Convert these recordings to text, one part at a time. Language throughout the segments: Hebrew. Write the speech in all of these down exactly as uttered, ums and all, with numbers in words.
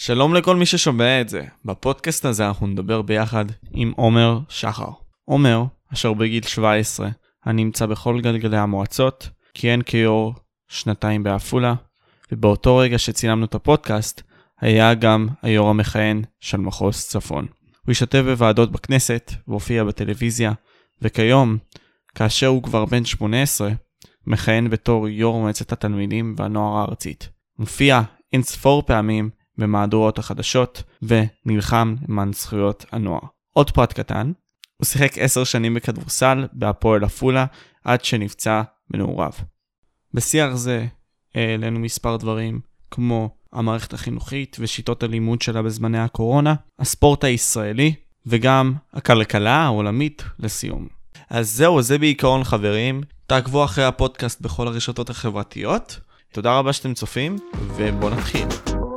שלום לכל מי ששומע את זה. בפודקאסט הזה אנחנו נדבר ביחד עם עומר שחר. עומר, אשר בגיל שבע עשרה, הנמצא בכל גלגלי המועצות, כיהן כיו"ר שנתיים בעפולה, ובאותו רגע שצילמנו את הפודקאסט, היה גם היו"ר המכהן של מחוז צפון. הוא השתתף בוועדות בכנסת והופיע בטלוויזיה, וכיום, כאשר הוא כבר בן שמונה עשרה, מכהן בתור יו"ר מועצת התלמידים והנוער הארצית. מופיע אין ספור פעמים במהדורות החדשות ונלחם למען זכויות הנוער. עוד פרט קטן, הוא שיחק עשר שנים בכדורסל בהפועל עפולה עד שנפצע בנעוריו. בשיח זה העלינו מספר דברים כמו המערכת החינוכית ושיטות הלימוד שלה בזמני הקורונה, הספורט הישראלי וגם הכלכלה העולמית לסיום. אז זהו, זה בעיקרון חברים. תעקבו אחרי הפודקאסט בכל הרשתות החברתיות. תודה רבה שאתם צופים ובואו נתחיל.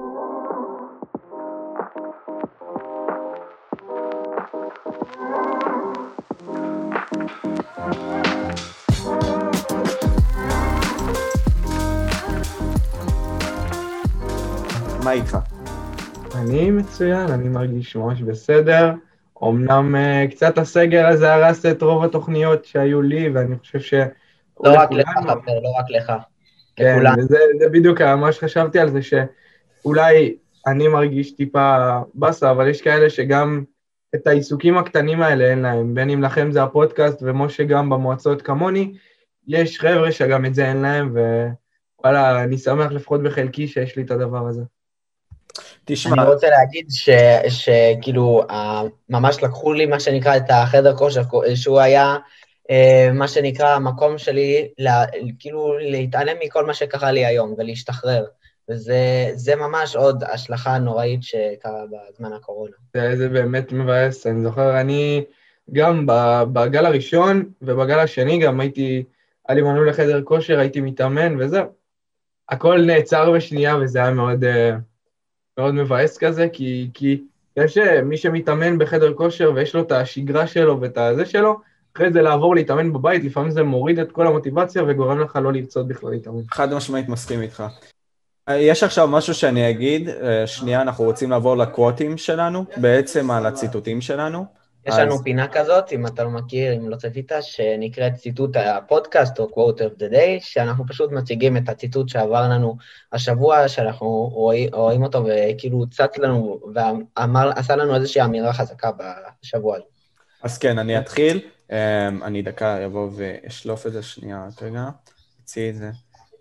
מה איתך? אני מצוין, אני מרגיש ממש בסדר. אמנם uh, קצת הסגר הזה הרס את רוב התוכניות שהיו לי, ואני חושב ש... לא רק לך, חבר, לא רק לך. כן, וזה זה בדיוק מה שחשבתי על זה, שאולי אני מרגיש טיפה בסה, אבל יש כאלה שגם את העיסוקים הקטנים האלה אין להם, בין אם לכם זה הפודקאסט, ומשה גם במועצות כמוני, יש חבר'ה שגם את זה אין להם, ווואלה, אני שמח לפחות בחלקי שיש לי את הדבר הזה. תשמע. אני רוצה להגיד שכאילו, ממש לקחו לי מה שנקרא את החדר כושר, שהוא היה מה שנקרא המקום שלי, כאילו להתעלם מכל מה שקרה לי היום ולהשתחרר, וזה ממש עוד השלכה נוראית שקרה בזמן הקורונה. זה באמת מבאס, אני זוכר, אני גם בגל הראשון ובגל השני גם הייתי, היה לי מנוי לחדר כושר, הייתי מתאמן וזהו. הכל נעצר בשנייה וזה היה מאוד... מאוד מבאס כזה, כי, כי יש מי שמתאמן בחדר כושר ויש לו את השגרה שלו ואת הזה שלו, אחרי זה לעבור להתאמן בבית, לפעמים זה מוריד את כל המוטיבציה וגורם לך לא לרצות בכלל להתאמן. חד משמעית מסכים איתך. יש עכשיו משהו שאני אגיד, שנייה אנחנו רוצים לעבור לקווטים שלנו, בעצם על הציטוטים שלנו. יש לנו אז... פינה כזאת, אם אתה לא מכיר, אם לא צפית, שנקראת ציטוט הפודקאסט או quote of the day, שאנחנו פשוט מציגים את הציטוט שעבר לנו השבוע, שאנחנו רואים, רואים אותו וכאילו צץ לנו, ועשה לנו איזושהי אמירה חזקה בשבוע הזה. אז כן, אני אתחיל, אני דקה יבוא ואשלוף את זה שנייה, רגע, אציא את זה,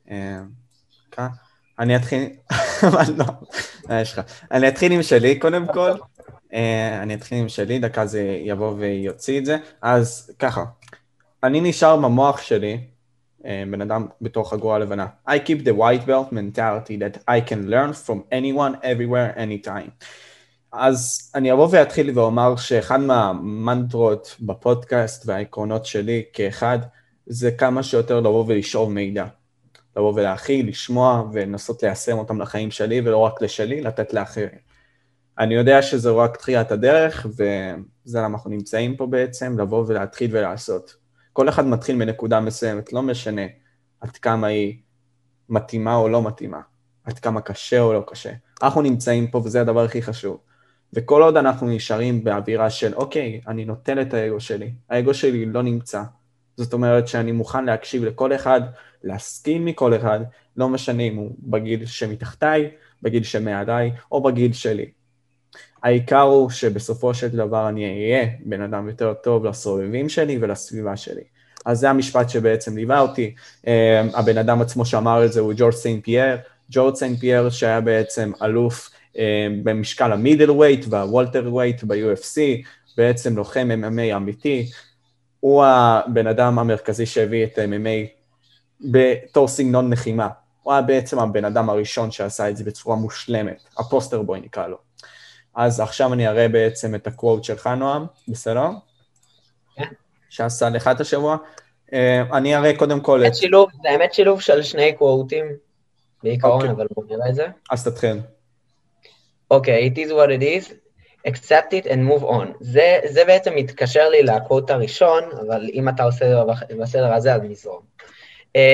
כאן. אני אתחיל, אבל לא, יש לך. אני אתחיל עם שלי קודם כל, אני אתחיל עם שלי, דקה זה יבוא ויוציא את זה, אז ככה, אני נשאר במוח שלי, בן אדם בתור חגורה לבנה. I keep the white belt mentality that I can learn from anyone, everywhere, anytime. אז אני אבוא ואתחיל ואומר שאחד מהמנטרות בפודקאסט והעקרונות שלי כאחד, זה כמה שיותר לבוא ולשאוב מידע. לבוא ולהכיל, לשמוע ולנסות ליישם אותם לחיים שלי, ולא רק לשלי, לתת לאחרים. אני יודע שזה רק תחילת הדרך, וזה למה אנחנו נמצאים פה בעצם, לבוא ולהתחיל ולעשות. כל אחד מתחיל מנקודה מסוימת, לא משנה עד כמה היא מתאימה או לא מתאימה, עד כמה קשה או לא קשה. אנחנו נמצאים פה וזה הדבר הכי חשוב. וכל עוד אנחנו נשארים באווירה של, אוקיי, אני נוטל את האגו שלי, האגו שלי לא נמצא. זאת אומרת שאני מוכן להקשיב לכל אחד, להסכים מכל אחד, לא משנה אם הוא בגיל שמתחתיי, בגיל שמעליי, או בגיל שלי. העיקר הוא שבסופו של דבר אני אהיה בן אדם יותר טוב לסובבים שלי ולסביבה שלי. אז זה המשפט שבעצם ליווה אותי. הבן אדם עצמו שאמר את זה הוא ג'ורג' סיין פייר, ג'ורג' סיין פייר שהיה בעצם אלוף במשקל המידל ווייט והוולטר ווייט ב-יו אף סי, בעצם לוחם אם אם איי אמיתי. הוא הבן אדם המרכזי שהביא את אם אם איי בתור סגנון לחימה. הוא היה בעצם הבן אדם הראשון שעשה את זה בצורה מושלמת, הפוסטר בוי נקרא לו. אז עכשיו אני אראה בעצם את הקוואט שלך, נועם, בסדר? כן. שעשה לך את השבוע. אני אראה קודם כל את... זה האמת שילוב של שני קוואטים, בעיקרון, אבל בואו נראה את זה. אז תתחיל. אוקיי, it is what it is, accept it and move on. זה, זה בעצם מתקשר לי לקוואט הראשון, אבל אם אתה עושה בסדר הזה, אז נזרום.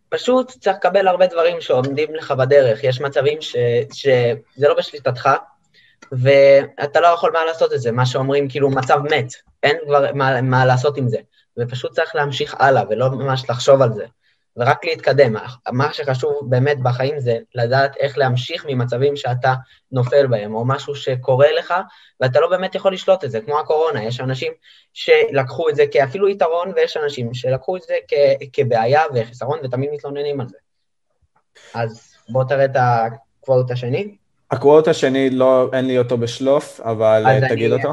פשוט צריך לקבל הרבה דברים שעומדים לך בדרך, יש מצבים ש, שזה לא בשליטתך, ואתה לא יכול מה לעשות את זה, מה שאומרים כאילו מצב מת, אין כבר מה, מה לעשות עם זה, ופשוט צריך להמשיך הלאה, ולא ממש לחשוב על זה, ורק להתקדם. מה שחשוב באמת בחיים זה לדעת איך להמשיך ממצבים שאתה נופל בהם, או משהו שקורה לך, ואתה לא באמת יכול לשלוט את זה, כמו הקורונה, יש אנשים שלקחו את זה כאפילו יתרון, ויש אנשים שלקחו את זה כ- כבעיה וחיסרון, ותמיד מתלוננים על זה. אז בוא תראה את הקוואט השני. הקוואט השני, לא, אין לי אותו בשלוף, אבל תגיד אני, אותו.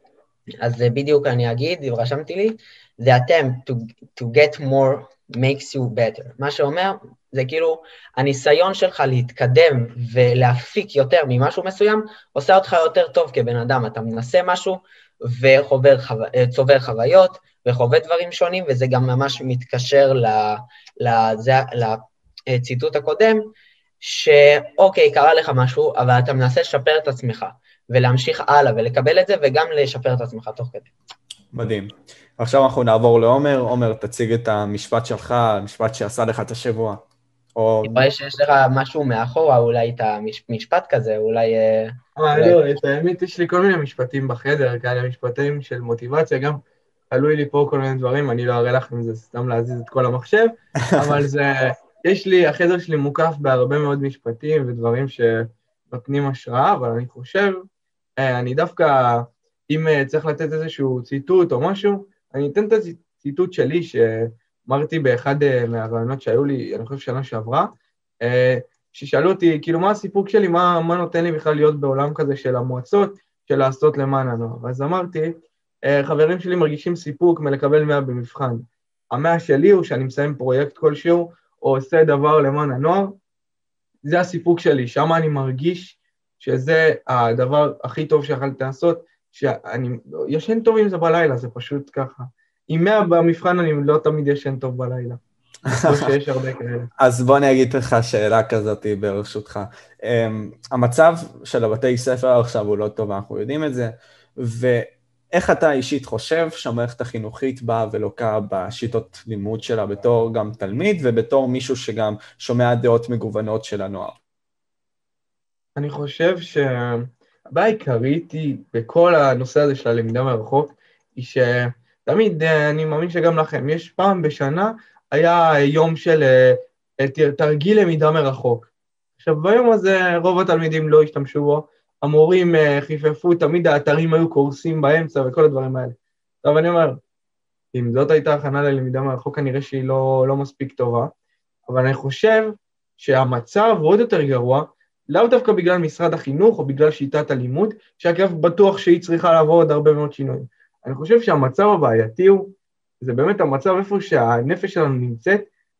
אז בדיוק אני אגיד, רשמתי לי, the attempt to, to get more makes you better. מה שאומר, זה כאילו, הניסיון שלך להתקדם ולהפיק יותר ממשהו מסוים, עושה אותך יותר טוב כבן אדם. אתה מנסה משהו וחובר חו... צובר חוויות וחווה דברים שונים, וזה גם ממש מתקשר לזה, לציטוט הקודם, שאוקיי, קרה לך משהו, אבל אתה מנסה לשפר את עצמך, ולהמשיך הלאה ולקבל את זה, וגם לשפר את עצמך תוך כדי. מדהים. עכשיו אנחנו נעבור לעומר. עומר, תציג את המשפט שלך, המשפט שעשה לך את השבוע. או... אני רואה שיש לך משהו מאחורה, אולי את המשפט כזה, אולי... אה, לא, את האמת, יש לי כל מיני משפטים בחדר, כאלה משפטים של מוטיבציה, גם עלוי לי פה כל מיני דברים, אני לא אראה לכם, זה סתם להזיז את כל המחשב, אבל זה... יש לי, החדר שלי מוקף בהרבה מאוד משפטים ודברים שנותנים השראה, אבל אני חושב, אני דווקא, אם צריך לתת איזשהו ציטוט או משהו, אני אתן את הציטוט שלי שאמרתי באחד מהרעיונות שהיו לי, אני חושב שנה שעברה, ששאלו אותי, כאילו, מה הסיפוק שלי, מה, מה נותן לי בכלל להיות בעולם כזה של המועצות, של לעשות למען הנוער. אז אמרתי, חברים שלי מרגישים סיפוק מלקבל מאה במבחן. המאה שלי הוא שאני מסיים פרויקט כלשהו, או עושה דבר למען הנוער, זה הסיפוק שלי, שם אני מרגיש שזה הדבר הכי טוב שיכולתי לעשות, שאני ישן טוב עם זה בלילה, זה פשוט ככה. עם מאה במבחן אני לא תמיד ישן טוב בלילה. לא שיש הרבה כאלה. אז בוא אני אגיד לך שאלה כזאת ברשותך. המצב של הבתי ספר עכשיו הוא לא טוב, אנחנו יודעים את זה, ואיך אתה אישית חושב שהמערכת החינוכית באה ולוקה בשיטות לימוד שלה בתור גם תלמיד, ובתור מישהו שגם שומע דעות מגוונות של הנוער? אני חושב שהבעיה העיקרית היא בכל הנושא הזה של הלמידה מרחוק, היא שתמיד, אני מאמין שגם לכם, יש פעם בשנה, היה יום של תרגיל למידה מרחוק. עכשיו, ביום הזה רוב התלמידים לא השתמשו בו, המורים חיפפו, תמיד האתרים היו קורסים באמצע וכל הדברים האלה. עכשיו אני אומר, אם זאת הייתה הכנה ללמידה מרחוק, כנראה שהיא לא, לא מספיק טובה, אבל אני חושב שהמצב עוד יותר גרוע, לאו דווקא בגלל משרד החינוך או בגלל שיטת הלימוד, שאגב בטוח שהיא צריכה לעבור עוד הרבה מאוד שינויים. אני חושב שהמצב הבעייתי הוא, זה באמת המצב איפה שהנפש שלנו נמצאת,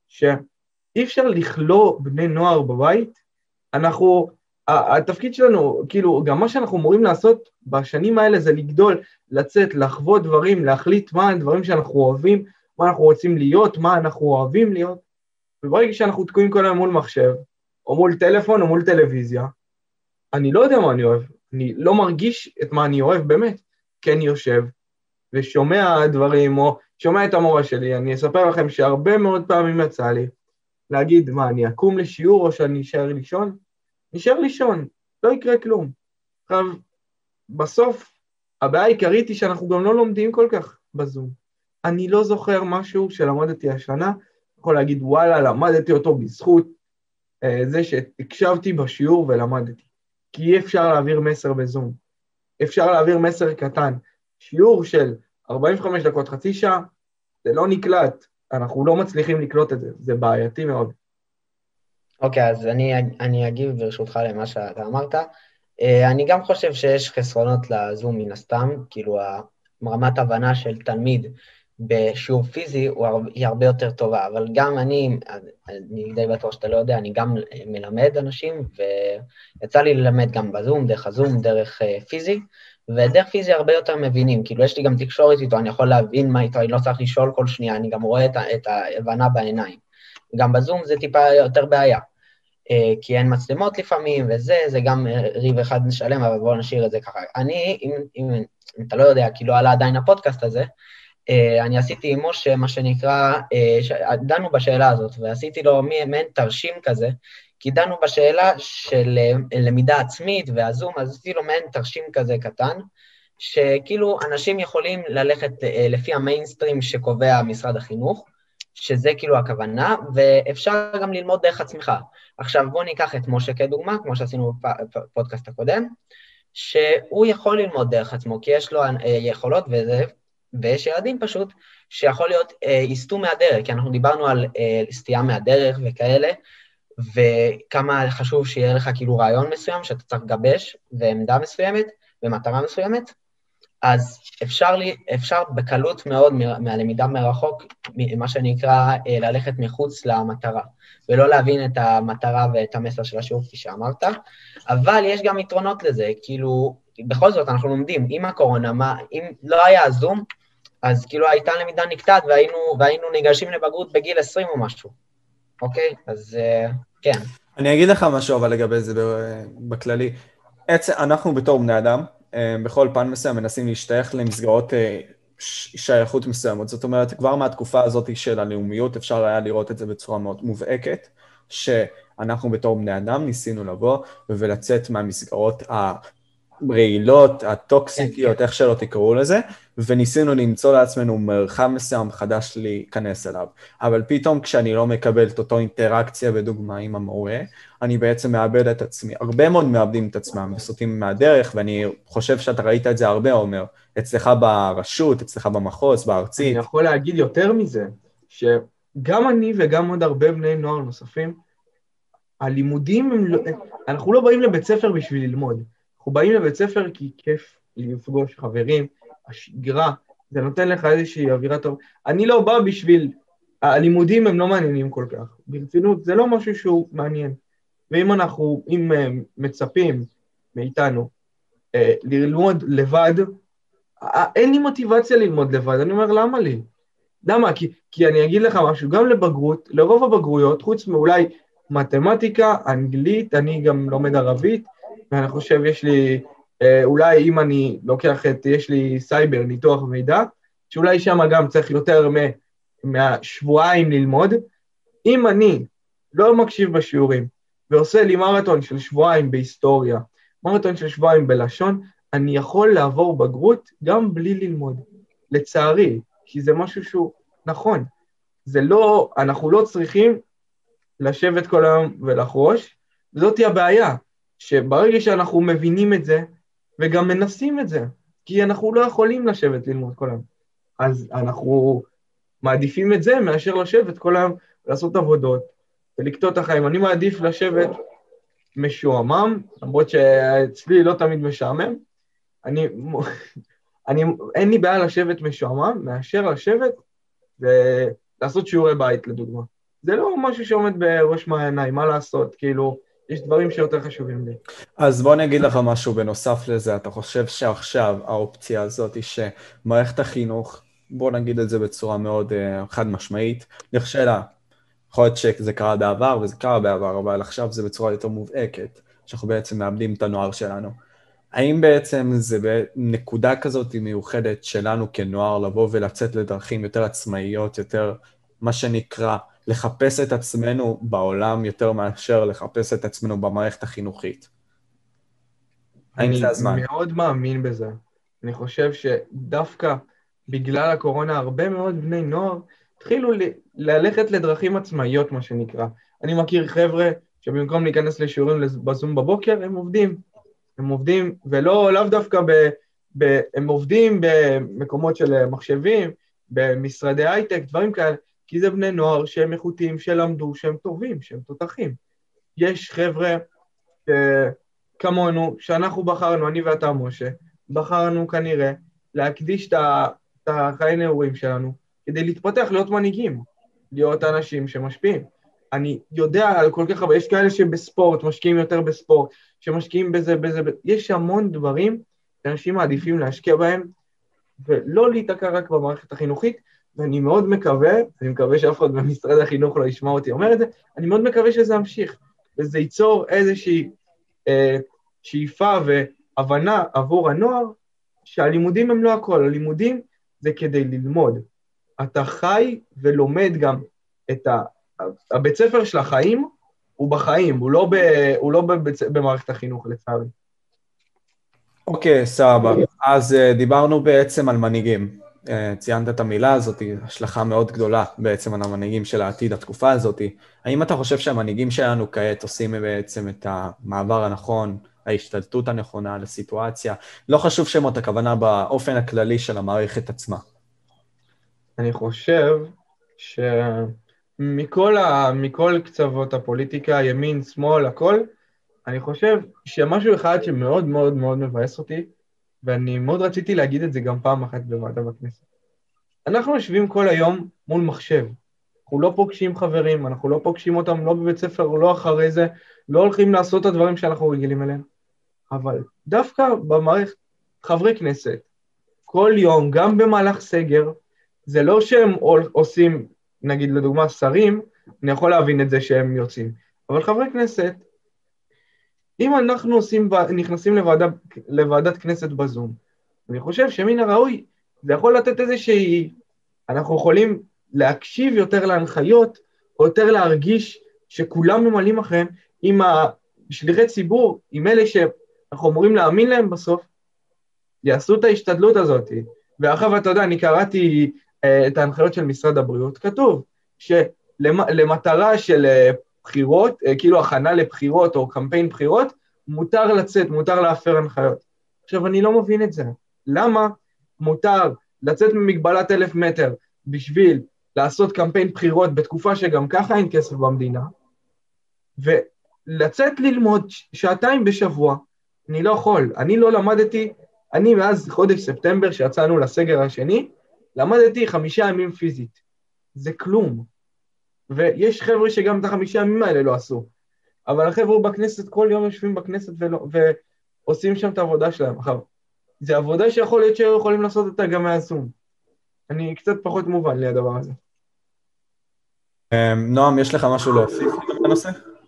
שאי אפשר לכלוא בני נוער בבית, אנחנו, התפקיד שלנו, כאילו, גם מה שאנחנו אמורים לעשות בשנים האלה זה לגדול, לצאת, לחוות דברים, להחליט מה הדברים שאנחנו אוהבים, מה אנחנו רוצים להיות, מה אנחנו אוהבים להיות, וברגע שאנחנו תקועים כל היום מול מחשב, או מול טלפון או מול טלוויזיה, אני לא יודע מה אני אוהב, אני לא מרגיש את מה אני אוהב באמת, כי אני יושב ושומע דברים, או שומע את המורה שלי, אני אספר לכם שהרבה מאוד פעמים יצא לי, להגיד מה, אני אקום לשיעור או שאני אשאר לישון? נשאר לישון, לא יקרה כלום. עכשיו, בסוף, הבעיה העיקרית היא שאנחנו גם לא לומדים כל כך בזום. אני לא זוכר משהו שלמדתי השנה, יכול להגיד וואלה, למדתי אותו בזכות, זה שהקשבתי בשיעור ולמדתי, כי אי אפשר להעביר מסר בזום, אפשר להעביר מסר קטן, שיעור של ארבעים וחמש דקות, חצי שעה, זה לא נקלט, אנחנו לא מצליחים לקלוט את זה, זה בעייתי מאוד. אוקיי, אז אני, אני אגיב ברשותך למה שאתה אמרת, אני גם חושב שיש חסרונות לזום מן הסתם, כאילו רמת הבנה של תלמיד, בשיעור פיזי היא הרבה יותר טובה, אבל גם אני, אני די בטוח שאתה לא יודע, אני גם מלמד אנשים, ויצא לי ללמד גם בזום, דרך הזום, דרך פיזי, ודרך פיזי הרבה יותר מבינים, כאילו יש לי גם תקשורת איתו, אני יכול להבין מה איתו, אני לא צריך לשאול כל שנייה, אני גם רואה את, את ההבנה בעיניים. גם בזום זה טיפה יותר בעיה, כי אין מצלמות לפעמים, וזה, זה גם ריב אחד נשלם, אבל בואו נשאיר את זה ככה. אני, אם, אם, אם אתה לא יודע, כאילו עלה עדיין הפודקאסט הזה, אני עשיתי עם משה, מה שנקרא, דנו בשאלה הזאת, ועשיתי לו מעין תרשים כזה, כי דנו בשאלה של למידה עצמית והזום, אז עשיתי לו מעין תרשים כזה קטן, שכאילו אנשים יכולים ללכת לפי המיינסטרים שקובע משרד החינוך, שזה כאילו הכוונה, ואפשר גם ללמוד דרך עצמך. עכשיו בוא ניקח את משה כדוגמה, כמו שעשינו בפודקאסט הקודם, שהוא יכול ללמוד דרך עצמו, כי יש לו יכולות וזה, ויש ילדים פשוט שיכול להיות יסטו מהדרך, כי אנחנו דיברנו על סטייה מהדרך וכאלה, וכמה חשוב שיהיה לך כאילו רעיון מסוים, שאתה צריך לגבש, ועמדה מסוימת, ומטרה מסוימת, אז אפשר, לי, אפשר בקלות מאוד מהלמידה מרחוק, מה שנקרא ללכת מחוץ למטרה, ולא להבין את המטרה ואת המסר של השיעור, כפי שאמרת, אבל יש גם יתרונות לזה, כאילו, בכל זאת אנחנו לומדים, עם הקורונה, מה, אם לא היה זום, אז כאילו הייתה למידה נקטעת, והיינו, והיינו ניגשים לבגרות בגיל עשרים או משהו, אוקיי? אז כן. אני אגיד לך משהו, אבל לגבי זה בכללי, אנחנו בתור בני אדם, בכל פן מסוים מנסים להשתייך למסגרות שייכות מסוימות. זאת אומרת, כבר מהתקופה הזאת של הלאומיות אפשר היה לראות את זה בצורה מאוד מובהקת, שאנחנו בתור בני אדם ניסינו לבוא ולצאת מהמסגרות הרעילות, הטוקסיקיות, איך שלא תקראו לזה, וניסינו למצוא לעצמנו מרחב מסוים חדש להיכנס אליו. אבל פתאום כשאני לא מקבל את אותו אינטראקציה בדוגמה עם המורה, אני בעצם מאבד את עצמי. הרבה מאוד מאבדים את עצמם וסוטים מהדרך, ואני חושב שאתה ראית את זה הרבה, עומר, אצלך ברשות, אצלך במחוז, בארצית. אני יכול להגיד יותר מזה, שגם אני וגם עוד הרבה בני נוער נוספים, הלימודים, הם לא, אנחנו לא באים לבית ספר בשביל ללמוד, אנחנו באים לבית ספר כי כיף לפגוש חברים, השגרה, זה נותן לך איזושהי אווירה טוב. אני לא בא בשביל, הלימודים הם לא מעניינים כל כך, ברצינות, זה לא משהו שהוא מעניין. ואם אנחנו, אם מצפים מאיתנו ללמוד לבד, אין לי מוטיבציה ללמוד לבד, אני אומר, למה לי? למה? כי, כי אני אגיד לך משהו, גם לבגרות, לרוב הבגרויות, חוץ מאולי מתמטיקה, אנגלית, אני גם לומד ערבית, ואני חושב יש לי, אולי אם אני לוקח את, יש לי סייבר, ניתוח מידע, שאולי שם גם צריך יותר מהשבועיים ללמוד, אם אני לא מקשיב בשיעורים, ועושה לי מרתון של שבועיים בהיסטוריה, מרתון של שבועיים בלשון, אני יכול לעבור בגרות גם בלי ללמוד, לצערי, כי זה משהו שהוא נכון, זה לא, אנחנו לא צריכים לשבת כל היום ולחרוש, וזאת היא הבעיה, שברגע שאנחנו מבינים את זה, וגם מנסים את זה, כי אנחנו לא יכולים לשבת ללמוד כל היום, אז אנחנו מעדיפים את זה מאשר לשבת כל היום, לעשות עבודות, ולקטוע את החיים. אני מעדיף לשבת משועמם, למרות שאצלי לא תמיד משעמם, אני, אני, אין לי בעיה לשבת משועמם, מאשר לשבת ולעשות שיעורי בית, לדוגמה. זה לא משהו שעומד בראש מעייניי, מה לעשות, כאילו, יש דברים שיותר חשובים לי. אז בוא נגיד לך משהו בנוסף לזה, אתה חושב שעכשיו האופציה הזאת היא שמערכת החינוך, בוא נגיד את זה בצורה מאוד uh, חד משמעית, נכשלה. יכול להיות שזה קרה בעבר, וזה קרה בעבר, אבל עכשיו זה בצורה יותר מובהקת, שאנחנו בעצם מאבדים את הנוער שלנו. האם בעצם זה בנקודה כזאת מיוחדת שלנו כנוער לבוא ולצאת לדרכים יותר עצמאיות, יותר מה שנקרא, לחפש את עצמנו בעולם יותר מאשר לחפש את עצמנו במערכת החינוכית? האם זה הזמן? אני מאוד מאמין בזה. אני חושב שדווקא בגלל הקורונה הרבה מאוד בני נוער התחילו ללכת לדרכים עצמאיות, מה שנקרא. אני מכיר חבר'ה שבמקום להיכנס לשיעורים בזום בבוקר, הם עובדים. הם עובדים, ולא, לאו דווקא ב, ב, הם עובדים במקומות של מחשבים, במשרדי הייטק, דברים כאלה, כי זה בני נוער שהם איכותיים, שלמדו, שהם טובים, שהם תותחים. יש חבר'ה כמונו, שאנחנו בחרנו, אני ואתה משה, בחרנו כנראה להקדיש את החיי נעורים שלנו, כדי להתפתח, להיות מנהיגים, להיות אנשים שמשפיעים. אני יודע על כל כך הרבה, יש כאלה שבספורט, משקיעים יותר בספורט, שמשקיעים בזה, בזה, יש המון דברים שאנשים מעדיפים להשקיע בהם, ולא להתעקע רק במערכת החינוכית, ואני מאוד מקווה, אני מקווה שאף אחד במשרד החינוך לא ישמע אותי אומר את זה, אני מאוד מקווה שזה ימשיך, וזה ייצור איזושהי אה, שאיפה והבנה עבור הנוער, שהלימודים הם לא הכל, הלימודים זה כדי ללמוד. אתה חי ולומד גם את ה... הבית ספר של החיים, הוא בחיים, הוא לא, ב... הוא לא בבית... במערכת החינוך, לצערי. אוקיי, סבבה. אז דיברנו בעצם על מנהיגים. ציינת את המילה הזאת, השלכה מאוד גדולה בעצם על המנהיגים של העתיד, התקופה הזאת. האם אתה חושב שהמנהיגים שלנו כעת עושים בעצם את המעבר הנכון, ההשתלטות הנכונה לסיטואציה? לא חשוב שמות, הכוונה באופן הכללי של המערכת עצמה. אני חושב שמכל ה... מכל קצוות הפוליטיקה, ימין, שמאל, הכל, אני חושב שמשהו אחד שמאוד מאוד מאוד מבאס אותי, ואני מאוד רציתי להגיד את זה גם פעם אחת בוועדה בכנסת. אנחנו יושבים כל היום מול מחשב. אנחנו לא פוגשים חברים, אנחנו לא פוגשים אותם, לא בבית ספר, לא אחרי זה, לא הולכים לעשות את הדברים שאנחנו רגילים אליהם. אבל דווקא במערכת חברי כנסת, כל יום, גם במהלך סגר, זה לא שהם עושים, נגיד לדוגמה שרים, אני יכול להבין את זה שהם יוצאים. אבל חברי כנסת, אם אנחנו עושים, נכנסים לוועדה, לוועדת כנסת בזום, אני חושב שמן הראוי, זה יכול לתת איזושהי, אנחנו יכולים להקשיב יותר להנחיות, או יותר להרגיש שכולם ממלאים אחריהם, עם השליחי ציבור, עם אלה שאנחנו אמורים להאמין להם בסוף, יעשו את ההשתדלות הזאת. ואחר אתה יודע, אני קראתי uh, את ההנחיות של משרד הבריאות, כתוב שלמטרה של uh, בחירות, uh, כאילו הכנה לבחירות או קמפיין בחירות, מותר לצאת, מותר להפר הנחיות. עכשיו, אני לא מבין את זה. למה מותר לצאת ממגבלת אלף מטר בשביל לעשות קמפיין בחירות בתקופה שגם ככה אין כסף במדינה, ולצאת ללמוד שעתיים בשבוע, אני לא יכול. אני לא למדתי, אני מאז חודש ספטמבר שיצאנו לסגר השני, למדתי חמישה ימים פיזית. זה כלום. ויש חבר'ה שגם את החמישה ימים האלה לא עשו. אבל החבר'ה בכנסת, כל יום יושבים בכנסת ולא, ועושים שם את העבודה שלהם. עכשיו, זה עבודה שיכול להיות שהם יכולים לעשות אותה גם מהזום. אני קצת פחות מובן לי הדבר הזה. נועם, יש לך משהו להוסיף בנושא?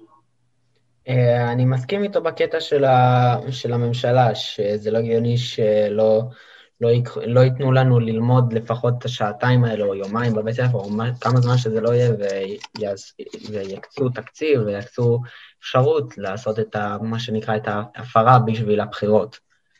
אני מסכים איתו בקטע של, ה, של הממשלה, שזה לא הגיוני שלא לא, לא ייתנו לנו ללמוד לפחות את השעתיים האלה, או יומיים בבית ספר, או כמה זמן שזה לא יהיה, ויקצו תקציב, ויקצו אפשרות לעשות את ה, מה שנקרא את ההפרה בשביל הבחירות.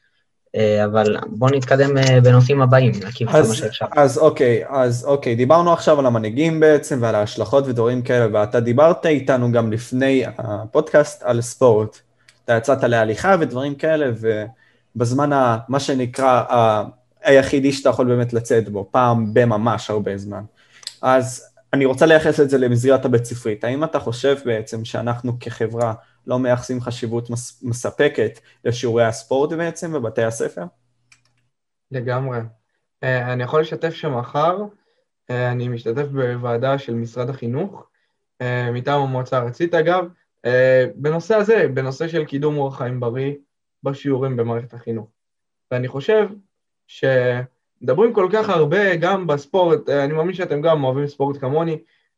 אבל בואו נתקדם בנושאים הבאים, נקיף כמה שאפשר. אז אוקיי, אז אוקיי, דיברנו עכשיו על המנהיגים בעצם, ועל ההשלכות ודברים כאלה, ואתה דיברת איתנו גם לפני הפודקאסט על ספורט. אתה יצאת להליכה ודברים כאלה, ובזמן ה, מה שנקרא, ה, היחידי שאתה יכול באמת לצאת בו, פעם בממש הרבה זמן. אז אני רוצה לייחס את זה למסגרת הבית ספרית. האם אתה חושב בעצם שאנחנו כחברה לא מייחסים חשיבות מספקת לשיעורי הספורט בעצם בבתי הספר? לגמרי. אני יכול לשתף שמחר, אני משתתף בוועדה של משרד החינוך, מטעם המועצה הארצית אגב, בנושא הזה, בנושא של קידום אורח חיים בריא בשיעורים במערכת החינוך. ואני חושב שמדברים כל כך הרבה גם בספורט, אני מאמין שאתם גם אוהבים ספורט כמוני,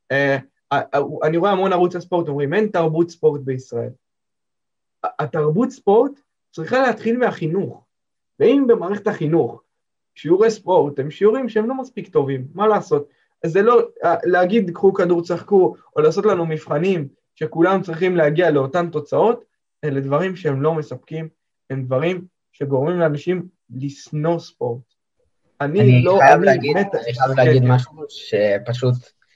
אני רואה המון ערוץ הספורט, אומרים, אין תרבות ספורט בישראל. התרבות ספורט צריכה להתחיל מהחינוך, ואם במערכת החינוך, שיעורי ספורט הם שיעורים שהם לא מספיק טובים, מה לעשות? אז זה לא להגיד, קחו כדור צחקו, או לעשות לנו מבחנים, שכולם צריכים להגיע לאותן תוצאות, אלה דברים שהם לא מספקים, הם דברים שגורמים לאנשים לשנוא ספורט. אני, אני לא... חייב אני להגיד, מת... אני חייב להגיד משהו שפשוט...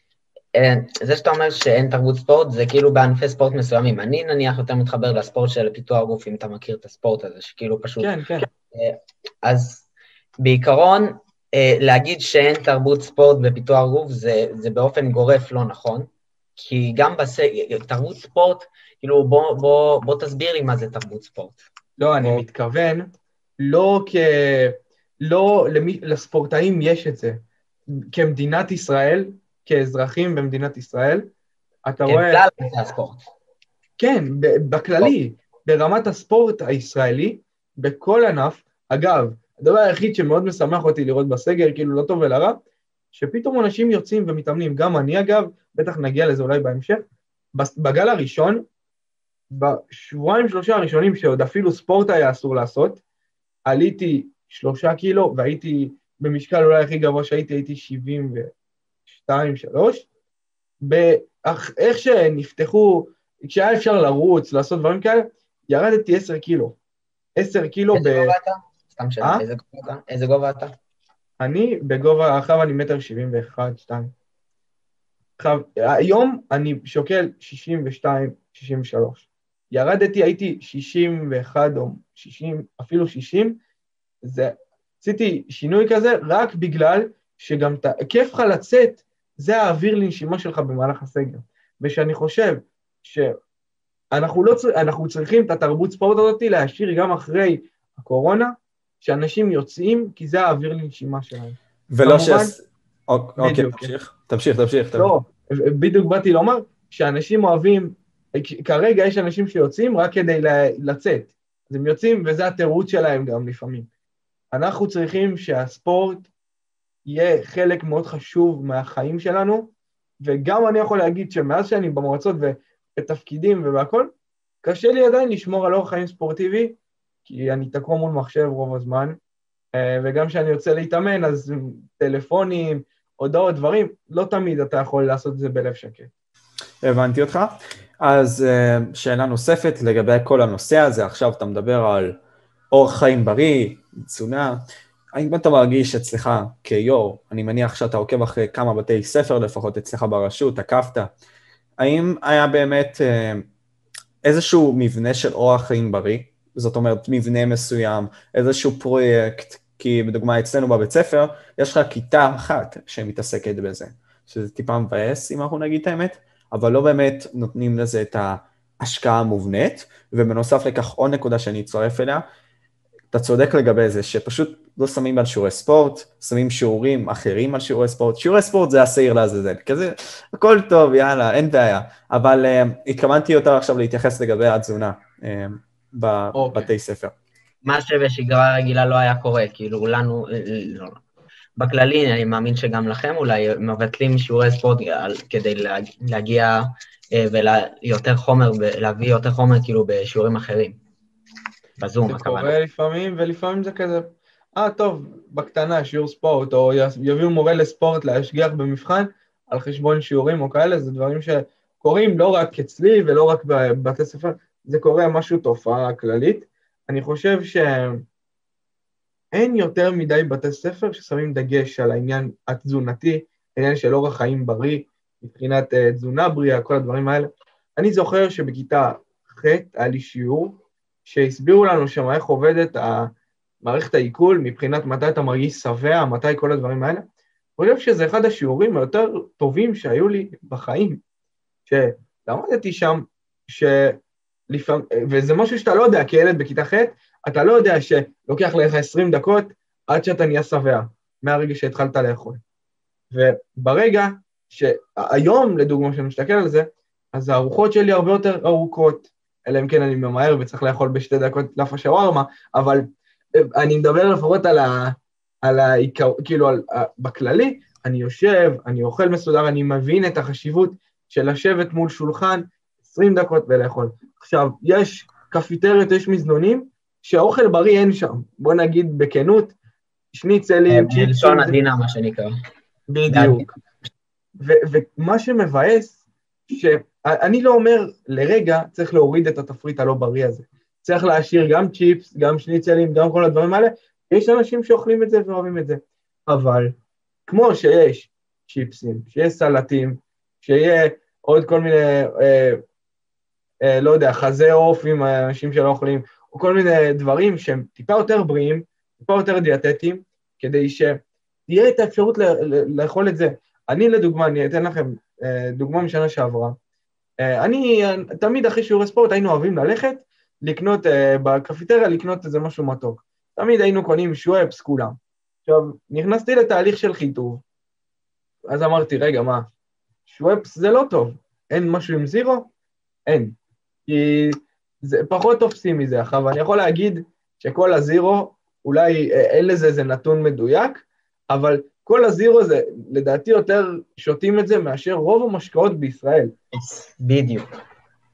זה שאתה אומר שאין תרבות ספורט, זה כאילו בענפי ספורט מסוימים. אני נניח יותר מתחבר לספורט של פיתוח גוף, אם אתה מכיר את הספורט הזה, שכאילו פשוט... כן, כן. אז בעיקרון, להגיד שאין תרבות ספורט בפיתוח גוף, זה, זה באופן גורף לא נכון, כי גם בתרבות ספורט, כאילו בוא, בוא, בוא תסביר לי מה זה תרבות ספורט. לא, אני בוא... מתכוון, לא כ... לא למי... לספורטאים יש את זה. כמדינת ישראל, כאזרחים במדינת ישראל, אתה רואה... ככלל זה הספורט. כן, בכללי, ברמת הספורט הישראלי, בכל ענף, אגב, הדבר היחיד שמאוד משמח אותי לראות בסגר, כאילו לא טוב ולרע, שפתאום אנשים יוצאים ומתאמנים, גם אני אגב, בטח נגיע לזה אולי בהמשך, בגל הראשון, בשבועיים שלושה הראשונים שעוד אפילו ספורט היה אסור לעשות, עליתי שלושה קילו והייתי במשקל אולי הכי גבוה שהייתי, הייתי שבעים ושתיים שלוש, איך שנפתחו, כשהיה אפשר לרוץ, לעשות דברים כאלה, ירדתי עשר קילו. עשר קילו איזה ב... גובה אתה? סתם שאלה, איזה גובה אתה? איזה גובה אתה? אני בגובה, עכשיו אני מטר שבעים ואחת, שתיים. עכשיו, היום אני שוקל שישים ושתיים, שישים ושלוש. ירדתי, הייתי שישים ואחת או שישים, אפילו שישים, זה, עשיתי שינוי כזה רק בגלל שגם כיף לך לצאת, זה האוויר לנשימה שלך במהלך הסגר. ושאני חושב שאנחנו לא, אנחנו צריכים את התרבות ספורט הזאת להשאיר גם אחרי הקורונה, שאנשים יוצאים, כי זה האוויר לנשימה שלהם. ולא ש... אוקיי, תמשיך, תמשיך, תמשיך. לא, בדיוק באתי לומר, שאנשים אוהבים, כרגע יש אנשים שיוצאים רק כדי לצאת, אז הם יוצאים וזה התירוץ שלהם גם לפעמים. אנחנו צריכים שהספורט יהיה חלק מאוד חשוב מהחיים שלנו, וגם אני יכול להגיד שמאז שאני במועצות ובתפקידים ובהכל, קשה לי עדיין לשמור על אורח חיים ספורטיבי, כי אני תקוע מול מחשב רוב הזמן, וגם כשאני יוצא להתאמן, אז טלפונים, הודעות, דברים, לא תמיד אתה יכול לעשות את זה בלב שקט. הבנתי אותך. אז שאלה נוספת לגבי כל הנושא הזה, עכשיו אתה מדבר על אורח חיים בריא, תזונה, האם אתה מרגיש אצלך כיור, אני מניח שאתה עוקב אחרי כמה בתי ספר לפחות אצלך ברשות, עקבת, האם היה באמת איזשהו מבנה של אורח חיים בריא, זאת אומרת מבנה מסוים, איזשהו פרויקט, כי בדוגמה אצלנו בבית ספר, יש לך כיתה אחת שמתעסקת בזה, שזה טיפה מבאס אם אנחנו נגיד את האמת, אבל לא באמת נותנים לזה את ההשקעה המובנית, ובנוסף לכך עוד נקודה שאני אצטרף אליה, אתה צודק לגבי זה, שפשוט לא שמים על שיעורי ספורט, שמים שיעורים אחרים על שיעורי ספורט, שיעורי ספורט זה השעיר לעזאזל, כזה, הכל טוב, יאללה, אין בעיה, אבל uh, התכוונתי יותר עכשיו להתייחס לגבי התזונה uh, בבתי ספר. מה שבשגרה רגילה לא היה קורה, כאילו לנו, לא, בכללי אני מאמין שגם לכם אולי מבטלים שיעורי ספורט כדי להגיע ויותר חומר, להביא יותר חומר כאילו בשיעורים אחרים. בזום, זה הכוונה. קורה לפעמים, ולפעמים זה כזה, אה טוב, בקטנה שיעור ספורט, או יביאו מורה לספורט להשגיח במבחן, על חשבון שיעורים או כאלה, זה דברים שקורים לא רק אצלי ולא רק בבתי ספר, זה קורה משהו תופעה כללית. אני חושב שאין יותר מדי בתי ספר ששמים דגש על העניין התזונתי, העניין של אורח חיים בריא, מבחינת תזונה בריאה, כל הדברים האלה. אני זוכר שבכיתה ח' היה לי שיעור, שהסבירו לנו שמה איך עובדת מערכת העיכול, מבחינת מתי אתה מרגיש שבע, מתי כל הדברים האלה. אני חושב שזה אחד השיעורים היותר טובים שהיו לי בחיים, שלמדתי שם, שלפעמים, וזה משהו שאתה לא יודע, כילד בכיתה ח', אתה לא יודע שלוקח לך עשרים דקות, עד שאתה נהיה שבע, מהרגע שהתחלת לאכול. וברגע שהיום, לדוגמה, שאני משתכל על זה, אז הארוחות שלי הרבה יותר ארוכות, אלא אם כן אני ממהר וצריך לאכול בשתי דקות לפ השווארמה, אבל אני מדבר לפחות על ה... על ה... כאילו, על... בכללי, אני יושב, אני אוכל מסודר, אני מבין את החשיבות של לשבת מול שולחן עשרים דקות ולאכול. עכשיו, יש קפיטריות, יש מזנונים, שהאוכל בריא אין שם. בוא נגיד בכנות, שניצלים, צ'יפסים... בלשון עדינה, מה שנקרא. בדיוק. ומה שמבאס, שאני לא אומר לרגע, צריך להוריד את התפריט הלא בריא הזה. צריך להשאיר גם צ'יפס, גם שניצלים, גם כל הדברים האלה. יש אנשים שאוכלים את זה ואוהבים את זה. אבל כמו שיש צ'יפסים, שיש סלטים, שיהיה עוד כל מיני, אה, אה, לא יודע, חזה עוף עם אנשים שלא אוכלים, או כל מיני דברים שהם טיפה יותר בריאים, טיפה יותר דיאטטיים, כדי שתהיה את האפשרות לאכול את זה. אני לדוגמה, אני אתן לכם אה, דוגמה משנה שעברה. אה, אני תמיד אחרי שיעורי ספורט היינו אוהבים ללכת, לקנות אה, בקפיטריה, לקנות איזה משהו מתוק. תמיד היינו קונים שוואפס כולם. עכשיו, נכנסתי לתהליך של חיתוב, אז אמרתי, רגע, מה? שוואפס זה לא טוב. אין משהו עם זירו? אין. כי זה פחות תופסים מזה. עכשיו, אני יכול להגיד שכל הזירו, אולי אין לזה איזה נתון מדויק, אבל כל הזירו זה, לדעתי יותר שותים את זה מאשר רוב המשקאות בישראל. בדיוק.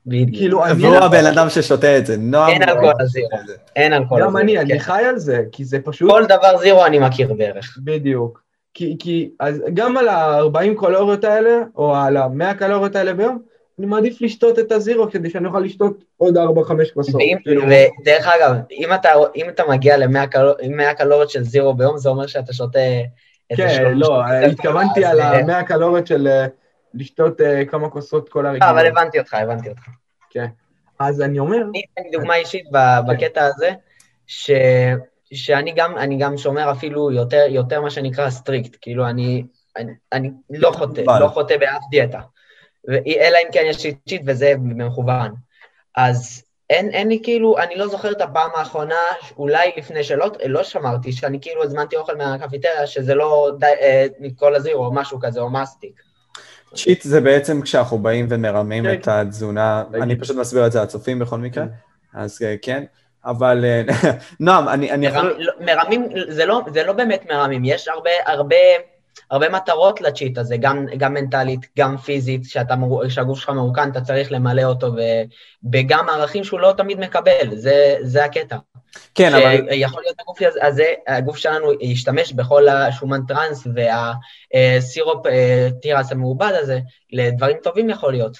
כאילו, והוא הבן אדם ששותה את זה, נועם. אין אלכוהול על זירו, אין אלכוהול על זירו. גם אני, אני חי על זה, כי זה פשוט... כל דבר זירו אני מכיר בערך. בדיוק. כי, כי, אז גם על ה-ארבעים קלוריות האלה, או על ה-מאה קלוריות האלה ביום, אני מעדיף לשתות את הזירו, כדי שאני אוכל לשתות עוד ארבע חמש כוסות. ודרך אגב, אם אתה, אם אתה מגיע ל-מאה קלוריות של זירו ביום, זה אומר שאתה שותה... כן, לא, התכוונתי על ה-מאה קלוריות של לשתות כמה כוסות כל הרגילה. אבל הבנתי אותך, הבנתי אותך. כן. אז אני אומר... אני אתן דוגמה אישית בקטע הזה, ש... שאני גם, אני גם שומר אפילו יותר, יותר מה שנקרא סטריקט, כאילו אני, אני, אני לא חוטא, לא חוטא באף דיאטה, אלא אם כן יש שיט וזה במכוון. אז אין, אין לי כאילו, אני לא זוכר את הפעם האחרונה, אולי לפני שלא, לא שמרתי, שאני כאילו הזמנתי אוכל מהקפיטריה, שזה לא די, אה, כל הזיר או משהו כזה, או מסטיק. צ'יט זה בעצם כשאנחנו באים ומרמים את התזונה, אני פשוט מסביר את זה הצופים בכל מקרה, אז כן. אבל נועם, אני, אני מרמים, יכול... מרמים, זה לא, זה לא באמת מרמים, יש הרבה, הרבה, הרבה מטרות לצ'יט הזה, גם, גם מנטלית, גם פיזית, שאתה, שהגוף שלך מרוקן, אתה צריך למלא אותו, וגם ערכים שהוא לא תמיד מקבל, זה, זה הקטע. כן, אבל... שיכול להיות הגוף הזה, הגוף שלנו ישתמש בכל השומן טרנס, והסירופ תירס המעובד הזה, לדברים טובים יכול להיות,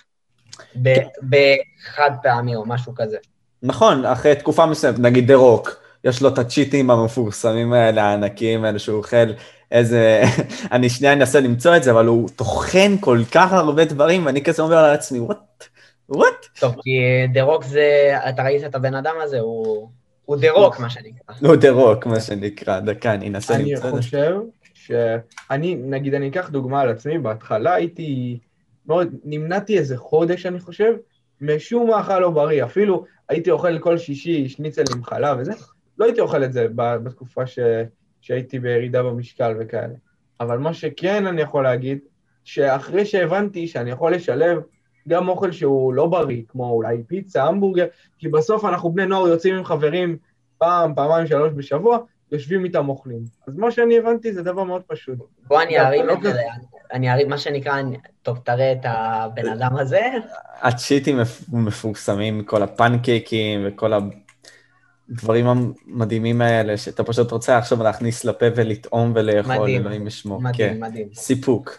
בחד פעמי או משהו כזה. נכון, אחרי תקופה מסוימת, נגיד דה רוק, יש לו את הצ'יטים המפורסמים האלה, הענקים האלה, שהוא אוכל איזה, אני שנייה אנסה למצוא את זה, אבל הוא תוכן כל כך הרבה דברים, ואני כזה אומר לעצמי, what? what? טוב, כי דה רוק זה, אתה ראית את הבן אדם הזה, הוא, הוא דה רוק, מה שנקרא. הוא דה רוק, מה שנקרא, דקה, אני אנסה למצוא את זה. אני חושב שאני, נגיד, אני אקח דוגמה על עצמי, בהתחלה הייתי, מאוד, נמנעתי איזה חודש, אני חושב, משום מאכל לא בריא, אפילו הייתי אוכל כל שישי שניצל עם חלב וזה, לא הייתי אוכל את זה בתקופה ש... שהייתי בירידה במשקל וכאלה. אבל מה שכן אני יכול להגיד, שאחרי שהבנתי שאני יכול לשלב גם אוכל שהוא לא בריא, כמו אולי פיצה, המבורגר, כי בסוף אנחנו בני נוער יוצאים עם חברים פעם, פעמיים, שלוש בשבוע, יושבים איתם אוכלים. אז מה שאני הבנתי זה דבר מאוד פשוט. בוא אני ארים את זה, אני ארים, מה שנקרא, טוב, תראה את הבן אדם הזה. הצ'יטים מפורסמים, כל הפנקייקים וכל הדברים המדהימים האלה, שאתה פשוט רוצה עכשיו להכניס לפה ולטעום ולאכול, אלוהים ישמור. מדהים, מדהים. סיפוק.